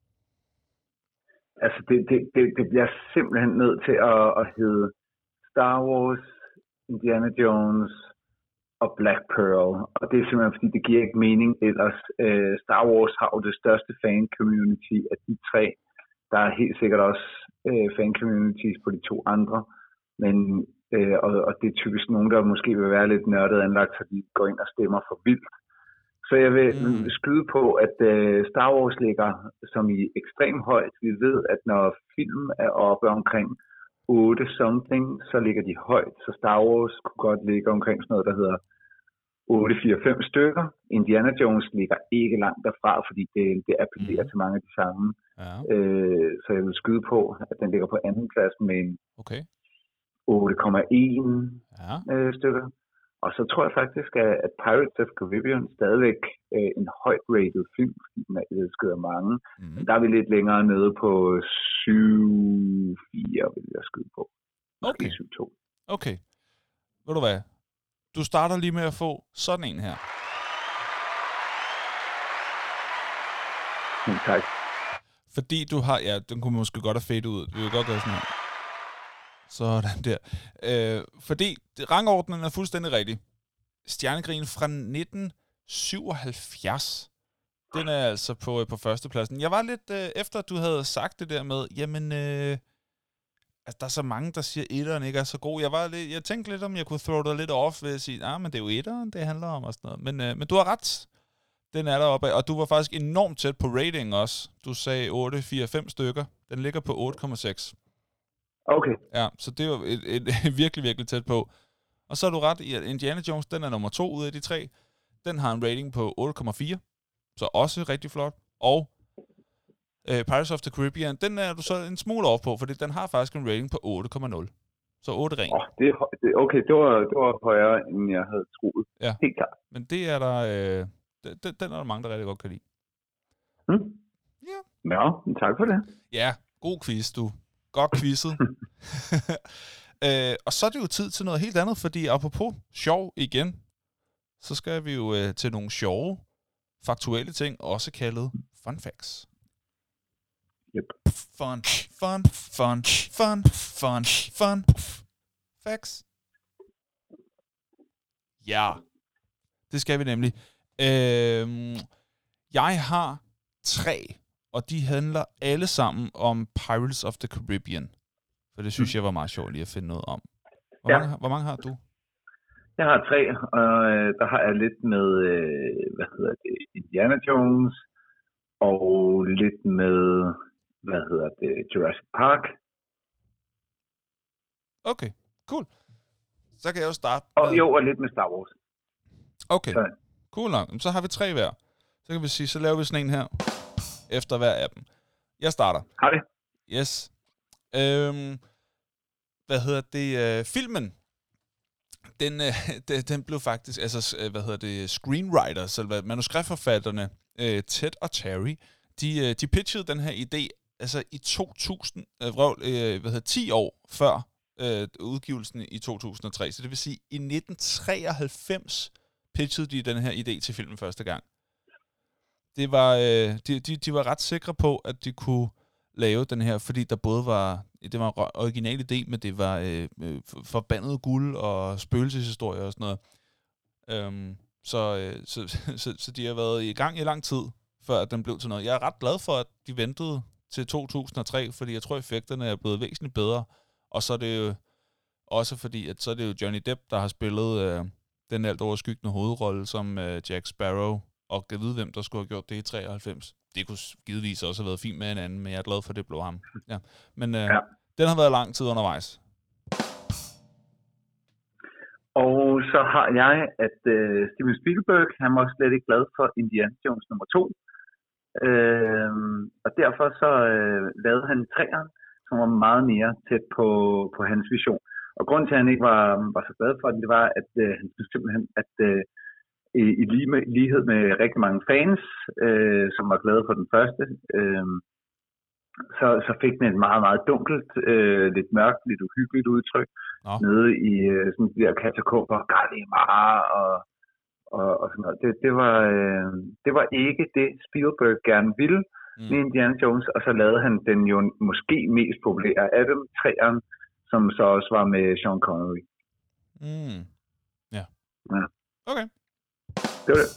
Altså, det, det, det, det bliver simpelthen nødt til at, at hedde Star Wars, Indiana Jones og Black Pearl. Og det er simpelthen, fordi det giver ikke mening ellers. Uh, Star Wars har jo det største fan-community af de tre. Der er helt sikkert også uh, fan-communities på de to andre. Men, uh, og, og det er typisk nogen, der måske vil være lidt nørdet anlagt, så de går ind og stemmer for vildt. Så jeg vil mm. skyde på, at uh, Star Wars ligger som i ekstremt højt. Vi ved, at når film er oppe omkring otte something, så ligger de højt. Så Star Wars kunne godt ligge omkring sådan noget, der hedder otte fire fem stykker. Indiana Jones ligger ikke langt derfra, fordi det, det appellerer mm. til mange af de samme. Ja. Uh, så jeg vil skyde på, at den ligger på anden plads med en okay. otte komma en ja. uh, stykker. Og så tror jeg faktisk, at Pirates of the Caribbean stadigvæk er en højt rated film, fordi den er elsket af mange. Mm. Men der er vi lidt længere nede på syv fire, vil jeg skyde på. Måske okay. syv to. Okay. Ved du hvad? Du starter lige med at få sådan en her. Mm, tak. Fordi du har... Ja, den kunne måske godt have fadet ud. Vi vil godt gøre sådan her. Sådan der. Øh, fordi rangordnen er fuldstændig rigtig. Stjernekrigen fra nitten syvoghalvfjerds. Den er altså på, på førstepladsen. Jeg var lidt øh, efter, at du havde sagt det der med, jamen, øh, at der er så mange, der siger, at etteren ikke er så god. Jeg, var lidt, jeg tænkte lidt, om jeg kunne throw dig lidt off ved at sige, ah, men det er jo etteren, det handler om og sådan noget. Men, øh, men du har ret. Den er deroppe, og du var faktisk enormt tæt på rating også. Du sagde otte fire fem stykker. Den ligger på otte komma seks. Okay. Ja, så det er jo et, et, et, virkelig, virkelig tæt på. Og så er du ret i, at Indiana Jones, den er nummer to ud af de tre. Den har en rating på otte komma fire, så også rigtig flot. Og øh, Pirates of the Caribbean, den er du så en smule off på, fordi den har faktisk en rating på otte komma nul. Så otte ren. Oh, det, det, okay, det var, det var højere, end jeg havde troet. Ja. Helt klart. Men det er der, øh, den, den er der mange, der rigtig godt kan lide. Hmm. Ja. Ja, tak for det. Ja, god quiz, du. Godt quizzet. øh, og så er det jo tid til noget helt andet, fordi apropos sjov igen, så skal vi jo øh, til nogle sjove, faktuelle ting, også kaldet fun facts. Yep. Fun, fun, fun, fun, fun, fun facts. Ja, det skal vi nemlig. Øh, jeg har tre, og de handler alle sammen om Pirates of the Caribbean. For det synes mm. jeg var meget sjovt lige at finde noget om. Hvor, ja. mange, hvor mange har du? Jeg har tre, og øh, der har jeg lidt med, øh, hvad hedder det, Indiana Jones, og lidt med, hvad hedder det, Jurassic Park. Okay, cool. Så kan jeg jo starte med... Og jo, og lidt med Star Wars. Okay, så. Cool nok. Så har vi tre hver. Så kan vi sige, så laver vi sådan en her, efter hver af dem. Jeg starter. Har det? Yes. Øhm, hvad hedder det? Øh, filmen, den, øh, den blev faktisk, altså, hvad hedder det, screenwriters, eller manuskriptforfatterne, øh, Ted og Terry, de, de pitchede den her idé, altså i to tusind, øh, hvad hedder ti år før øh, udgivelsen i to tusind og tre. Så det vil sige, i nitten treoghalvfems pitchede de den her idé til filmen første gang. Det var, øh, de, de, de var ret sikre på, at de kunne lave den her, fordi der både var, det var en original idé, men det var øh, forbandet guld og spøgelseshistorier og sådan noget. Øhm, så, øh, så, så, så de har været i gang i lang tid, før den blev til noget. Jeg er ret glad for, at de ventede til to tusind og tre, fordi jeg tror, effekterne er blevet væsentligt bedre. Og så er det jo også fordi, at så er det jo Johnny Depp, der har spillet øh, den alt overskyggende hovedrolle som øh, Jack Sparrow, og kan vide, hvem der skulle have gjort det i treoghalvfems. Det kunne givetvis også have været fint med en anden, men jeg er glad for, at det blev ham. Ja. Men øh, ja. Den har været lang tid undervejs. Og så har jeg, at øh, Steven Spielberg, han var slet ikke glad for Indiana Jones nummer to. Øh, og derfor så øh, lavede han træeren, som var meget mere tæt på, på hans vision. Og grunden til, at han ikke var, var så glad for den, det var, at øh, han synes simpelthen, at øh, i, i lige med, lighed med rigtig mange fans, øh, som var glade for den første, øh, så, så fik den et meget, meget dunkelt, øh, lidt mørkt, lidt uhyggeligt udtryk, ja. Nede i øh, sådan de der katakomber, Gallimar og, og, og sådan noget. Det, det, var, øh, det var ikke det, Spielberg gerne ville mm. med Indiana Jones, og så lavede han den jo måske mest populære af dem, træeren, som så også var med Sean Connery. Mm. Ja. Ja. Okay. Det var det.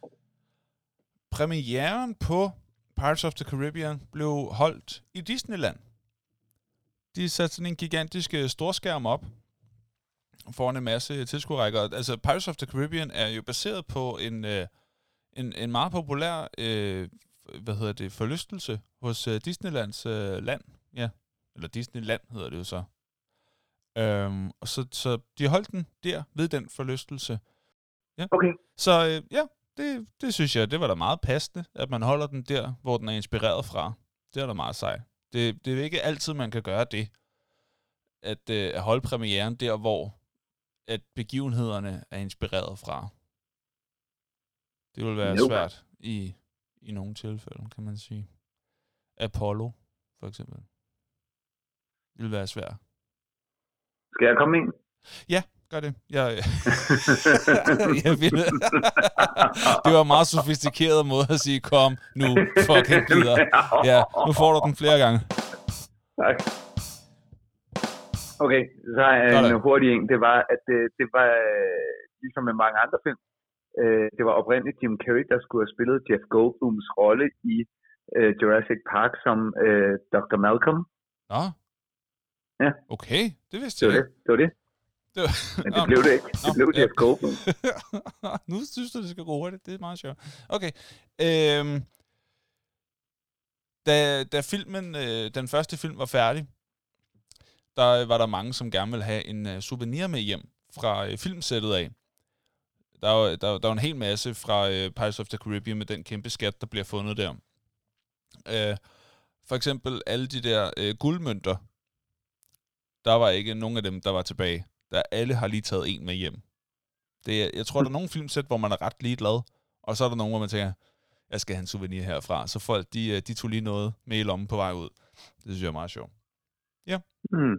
Premieren på Pirates of the Caribbean blev holdt i Disneyland. De satte sådan en gigantisk storskærm op foran en masse tilskuerrækker. Altså, Pirates of the Caribbean er jo baseret på en, en, en meget populær øh, hvad hedder det, forlystelse hos uh, Disneylands uh, land. Ja, eller Disneyland hedder det jo så. Øhm, og så, så de holdt den der ved den forlystelse. Ja. Okay. Så øh, ja, det, det synes jeg, det var da meget passende, at man holder den der, hvor den er inspireret fra. Det er da meget sejt. Det, det er ikke altid, man kan gøre det. At, øh, at holde premieren der, hvor at begivenhederne er inspireret fra. Det vil være nope. svært i, i nogle tilfælde, kan man sige. Apollo, for eksempel. Det vil være svært. Skal jeg komme ind? Ja, gør det. Jeg, jeg vil. Det var en meget sofistikeret måde at sige, kom nu, fucking videre. Ja, nu får du den flere gange. Tak. Okay, så har jeg en hurtig en. Det var, at det, det var ligesom med mange andre film. Det var oprindeligt Jim Carrey, der skulle have spillet Jeff Goldblums rolle i Jurassic Park som doktor Malcolm. Nå. Ja. Okay, det vidste jeg ikke. Det var det. Det var det. Men det blev det ikke. Det blev Nå, Jeff Goldblum. Nu synes du, det skal gå hurtigt. Det er meget sjovt. Okay. Øhm, da, da filmen, øh, den første film var færdig, der var der mange, som gerne ville have en uh, souvenir med hjem fra uh, filmsættet af. Der var, der, der var en hel masse fra uh, Pirates of the Caribbean med den kæmpe skat, der bliver fundet der. Uh, for eksempel alle de der uh, guldmønter, der var ikke nogen af dem, der var tilbage. Der alle har lige taget en med hjem. Det er, jeg tror, der er nogle filmsæt, hvor man er ret ligeglad, og så er der nogle, hvor man tænker, jeg skal have en souvenir herfra. Så folk, de, de tog lige noget med i lommen på vej ud. Det synes jeg er meget sjovt. Ja. Mm.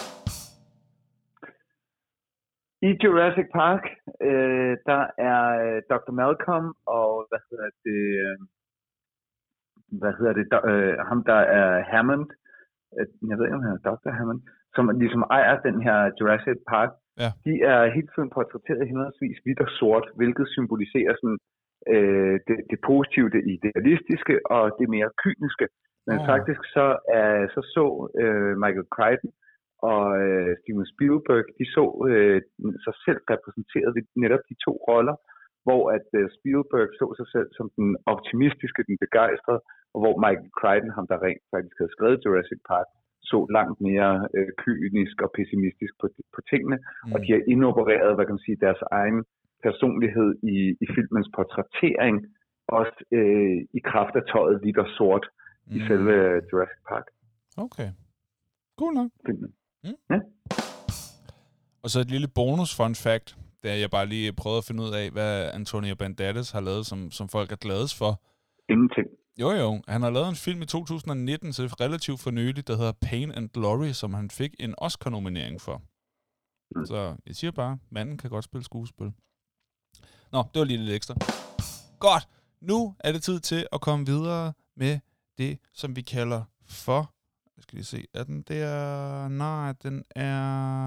I Jurassic Park, øh, der er doktor Malcolm og, hvad hedder det, øh, hvad hedder det, do, øh, ham der er Hammond, øh, jeg ved ikke, om han er doktor Hammond, som ligesom ejer den her Jurassic Park. Ja. De er helt tiden portrætteret henholdsvis hvidt og sort, hvilket symboliserer sådan, øh, det, det positive, det idealistiske og det mere kyniske. Men oh. faktisk så, er, så så øh, Michael Crichton og øh, Steven Spielberg, de så øh, sig selv repræsenteret ved netop de to roller, hvor at øh, Spielberg så sig selv som den optimistiske, den begejstrede, og hvor Michael Crichton, ham der rent faktisk havde skrevet Jurassic Park, så langt mere øh, kynisk og pessimistisk på, på tingene, mm. og de har indopereret, hvad kan man sige, deres egen personlighed i, i filmens portrættering, også øh, i kraft af tøjet hvidt og sort mm. i selve Jurassic Park. Okay. Cool nok. Filmen. Mm. Ja. Og så et lille bonus fun fact, da jeg bare lige prøvede at finde ud af, hvad Antonio Banderas har lavet, som, som folk er glades for. Ingenting. Jo jo, han har lavet en film i to tusind nitten, så relativt for nylig, der hedder Pain and Glory, som han fik en Oscar-nominering for. Mm. Så jeg siger bare, manden kan godt spille skuespil. Nå, det var lige lidt ekstra. Godt, nu er det tid til at komme videre med det, som vi kalder for... Jeg skal lige se, er den der... Nej, den er...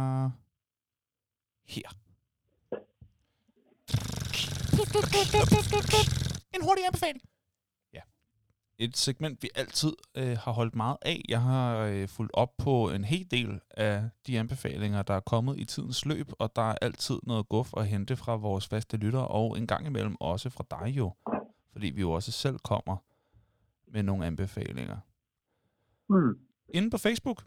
Her. En hurtig anbefaling. Ja. Et segment, vi altid øh, har holdt meget af. Jeg har øh, fulgt op på en hel del af de anbefalinger, der er kommet i tidens løb, og der er altid noget guf at hente fra vores faste lyttere, og en gang imellem også fra dig jo, fordi vi jo også selv kommer med nogle anbefalinger. Mm. Inde på Facebook,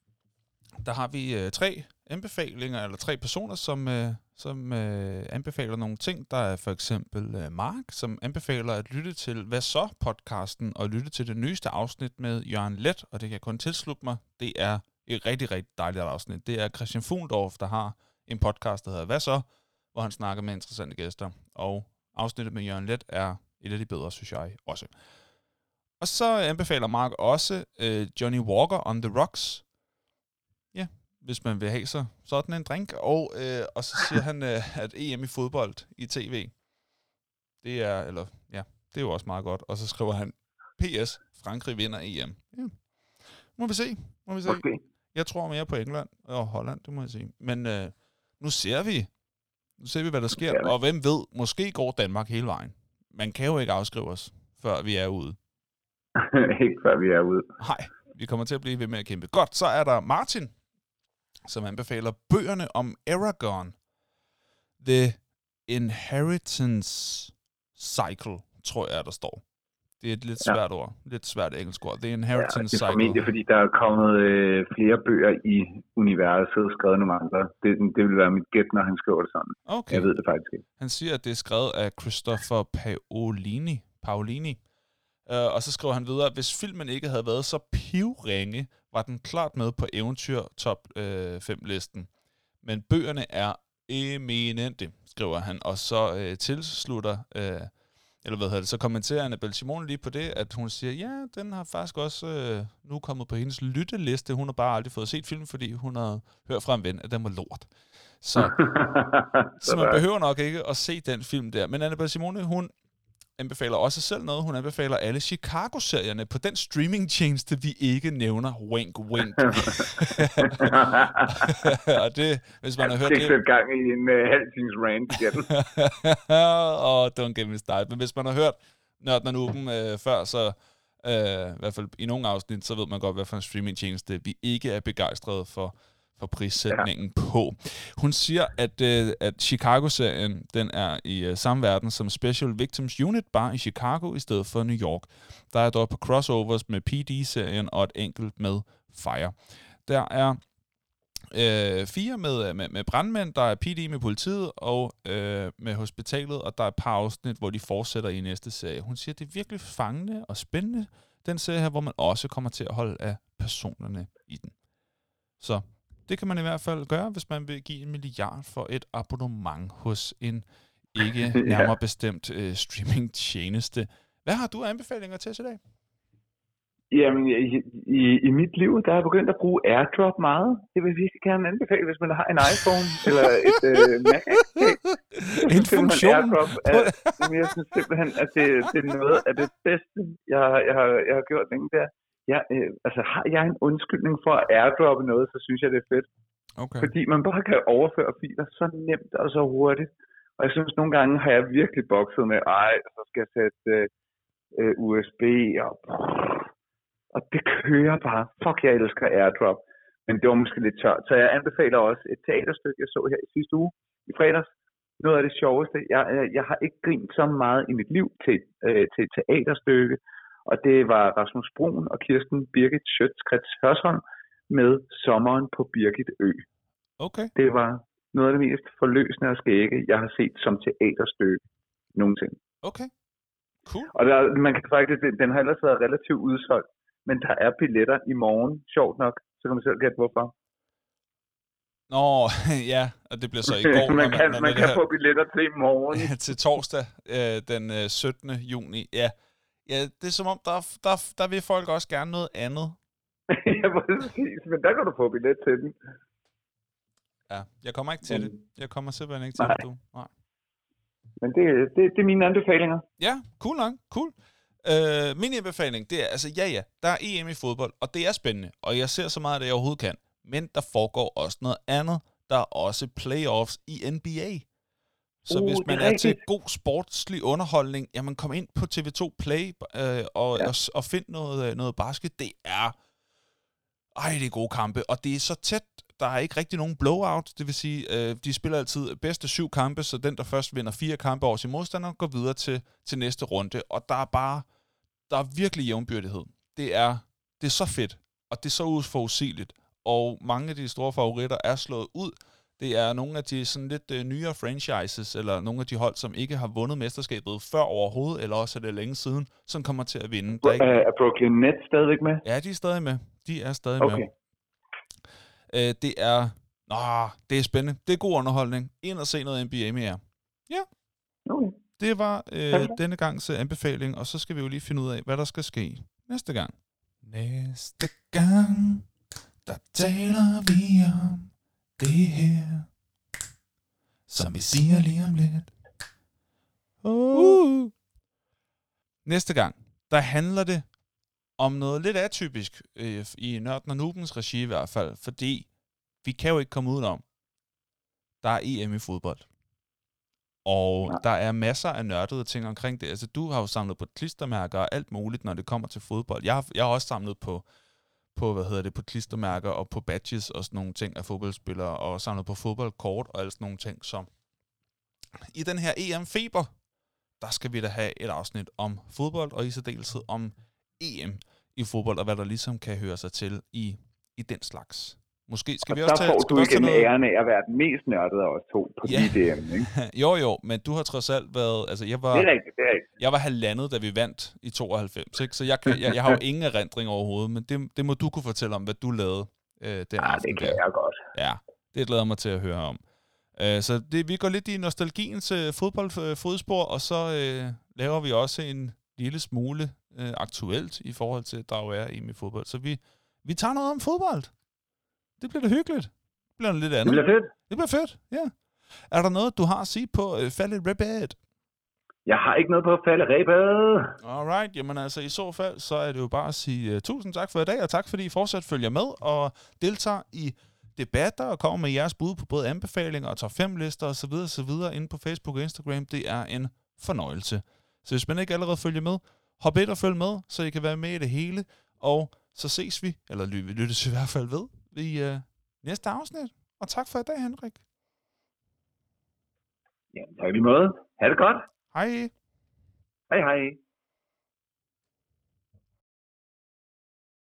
der har vi øh, tre anbefalinger, eller tre personer, som, øh, som øh, anbefaler nogle ting. Der er for eksempel øh, Mark, som anbefaler at lytte til Hvad så? Podcasten, og lytte til det nyeste afsnit med Jørgen Let, og det kan jeg kun tilslutte mig. Det er et rigtig, rigtig dejligt afsnit. Det er Christian Fuglendorf, der har en podcast, der hedder Hvad så? Hvor han snakker med interessante gæster, og afsnittet med Jørgen Let er et af de bedre, synes jeg også. Og så anbefaler Mark også øh, Johnny Walker on the Rocks. Ja, hvis man vil have sig sådan en drink. Og, øh, og så siger han, øh, at E M i fodbold i tv, det er, eller, ja, det er jo også meget godt. Og så skriver han, P S, Frankrig vinder E M. Ja. Må vi se, må vi se. Okay. Jeg tror mere på England og Holland, det må jeg sige. Men øh, nu ser vi, nu ser vi, hvad der sker. Og hvem ved, måske går Danmark hele vejen. Man kan jo ikke afskrive os, før vi er ude. Ikke før vi er ude. Nej, vi kommer til at blive ved med at kæmpe. Godt, så er der Martin, som anbefaler bøgerne om Eragon. The Inheritance Cycle, tror jeg, der står. Det er et lidt svært ja. ord. Lidt svært engelsk ord. The Inheritance Cycle. Ja, det er formentlig, fordi der er kommet øh, flere bøger i universet, skrevet nogle andre. Det, det vil være mit gæt, når han skriver det sådan. Okay. Jeg ved det faktisk ikke. Han siger, at det er skrevet af Christopher Paolini. Paolini. Uh, og så skriver han videre, at hvis filmen ikke havde været så pivringe, var den klart med på eventyr top fem listen. Men bøgerne er eminente, skriver han. Og så uh, tilslutter, uh, eller hvad hedder det, så kommenterer Annabelle Simone lige på det, at hun siger, ja, den har faktisk også uh, nu kommet på hendes lytteliste. Hun har bare aldrig fået set filmen, fordi hun har hørt fra en ven, at den var lort. Så, så man behøver nok ikke at se den film der. Men Annabelle Simone, hun anbefaler også selv noget. Hun anbefaler alle Chicago-serierne på den streamingtjeneste, vi ikke nævner. Wink, wink. Og det, hvis man har hørt det... Jeg skal gang i en uh, halv times rant igen. Åh, oh, don't get me started. Men hvis man har hørt Nørden og Nuben øh, før, så øh, i hvert fald i nogle afsnit, så ved man godt, hvad for en streamingtjeneste vi ikke er begejstrede for. for prissætningen ja. på. Hun siger, at, øh, at Chicago-serien, den er i øh, samme verden som Special Victims Unit, bare i Chicago i stedet for New York. Der er dog på crossovers med P D-serien og et enkelt med Fire. Der er øh, fire med, med, med brandmænd, der er P D med politiet og øh, med hospitalet, og der er et par afsnit, hvor de fortsætter i næste serie. Hun siger, at det er virkelig fangende og spændende, den serie her, hvor man også kommer til at holde af personerne i den. Så Det kan man i hvert fald gøre, hvis man vil give en milliard for et abonnement hos en ikke nærmere ja. bestemt øh, streamingtjeneste. Hvad har du af anbefalinger til i dag? Jamen, i, i, i mit liv, der er jeg begyndt at bruge AirDrop meget. Det vil virkelig gerne anbefale, hvis man har en iPhone eller et øh, Mac. En funktion? AirDrop er, jeg synes simpelthen, at det, det er noget af det bedste, jeg, jeg, har, jeg har gjort længe der. Jeg, øh, altså, har jeg en undskyldning for at AirDroppe noget, så synes jeg, det er fedt. Okay. Fordi man bare kan overføre filer så nemt og så hurtigt. Og jeg synes, nogle gange har jeg virkelig bokset med, ej, så skal jeg sætte øh, U S B og... Og det kører bare. Fuck, jeg elsker AirDrop. Men det var måske lidt tørt. Så jeg anbefaler også et teaterstykke, jeg så her i sidste uge, i fredags. Noget af det sjoveste. Jeg, jeg har ikke grint så meget i mit liv til, øh, til et teaterstykke. Og det var Rasmus Bruun og Kirsten Birgit Schiøtz Hørsholm med Sommeren på Birgit Ø. Okay. Det var noget af det mest forløsende og skægge, jeg har set som teaterstykke nogensinde. Okay. Cool. Og der, man kan faktisk, den har ellers været relativt udsolgt. Men der er billetter i morgen, sjovt nok, så kan man selv gætte hvorfor. Nå, ja, og det bliver så i går. man kan, man, man kan her... få billetter til i morgen. til torsdag, øh, den øh, syttende juni. Ja. ja, det er som om, der, der, der vil folk også gerne noget andet. Ja, præcis, men der kan du få billet til den. Ja, jeg kommer ikke til mm. det. Jeg kommer simpelthen ikke til Nej. det, du. Nej. Men det, det, det er mine anbefalinger. Ja, cool nok, cool. Øh, min anbefaling, det er, altså ja ja, der er E M i fodbold, og det er spændende, og jeg ser så meget af det, jeg overhovedet kan. Men der foregår også noget andet. Der er også playoffs i N B A. Så uh, hvis man er, er til god sportslig underholdning, jamen kom ind på T V to Play øh, og, ja. og, og find noget, noget basket. Det er, ej, det er gode kampe, og det er så tæt. Der er ikke rigtig nogen blowout, det vil sige, øh, de spiller altid bedste syv kampe, så den, der først vinder fire kampe over sin modstander, går videre til, til næste runde. Og der er bare, der er virkelig jævnbyrdighed. Det er, det er så fedt, og det er så uforudsigeligt. Og mange af de store favoritter er slået ud. Det er nogle af de sådan lidt øh, nyere franchises, eller nogle af de hold, som ikke har vundet mesterskabet før overhovedet, eller også er det længe siden, som kommer til at vinde. Er, ikke... er Brooklyn Nets stadigvæk med? Ja, de er stadig med. De er stadig okay. med. Øh, det er... Nå, det er spændende. Det er god underholdning. Ind og se noget N B A med jer. Ja. Okay. Det var øh, denne gangs anbefaling, og så skal vi jo lige finde ud af, hvad der skal ske næste gang. Næste gang, der taler vi om det her, som vi siger lige om lidt. Uh. Næste gang, der handler det om noget lidt atypisk, øh, i Nørden og Nubens regi i hvert fald, fordi vi kan jo ikke komme udenom. Der er E M i fodbold. Og ja. Der er masser af nørdede ting omkring det. Altså, du har jo samlet på klistermærker og alt muligt, når det kommer til fodbold. Jeg har, jeg har også samlet på, på, hvad hedder det, på klistermærker og på badges og sådan nogle ting af fodboldspillere, og samlet på fodboldkort og alt sådan nogle ting. Så i den her E M-feber, der skal vi da have et afsnit om fodbold, og i særdeleshed om E M i fodbold, og hvad der ligesom kan høre sig til i, i den slags. Måske skal og vi også tage... der får du igen noget... æren af at være den mest nørdede af os to på ja. D M, ikke? jo, jo, men du har trods alt været... Altså, jeg var, det er rigtigt, det er rigtigt. Jeg var halvandet, da vi vandt i tooghalvfems, ikke? Så jeg, kan, jeg, jeg har jo ingen erindring overhovedet, men det, det må du kunne fortælle om, hvad du lavede øh, den ah, aften. det kan der. jeg godt. Ja, det glæder mig til at høre om. Øh, så det, vi går lidt i nostalgiens øh, fodboldfodspor, og så øh, laver vi også en lille smule øh, aktuelt i forhold til, der jo er E M i fodbold. Så vi, vi tager noget om fodbold. Det bliver da hyggeligt. Det bliver lidt andet. Det bliver fedt. Det bliver fedt, ja. Er der noget, du har at sige på uh, faldet rebet? Jeg har ikke noget på faldet rebet. Alright, jamen altså i så fald, så er det jo bare at sige uh, tusind tak for i dag, og tak fordi I fortsat følger med og deltager i debatter og kommer med jeres bud på både anbefalinger og top fem lister og så videre, så videre inde på Facebook og Instagram. Det er en fornøjelse. Så hvis man ikke allerede følger med, hop ind og følg med, så I kan være med i det hele, og så ses vi, eller vi lyttes i hvert fald ved, i uh, næste afsnit. Og tak for i dag, Henrik. Ja, tak lige måde. Ha' det godt. Hej. Hej, hej.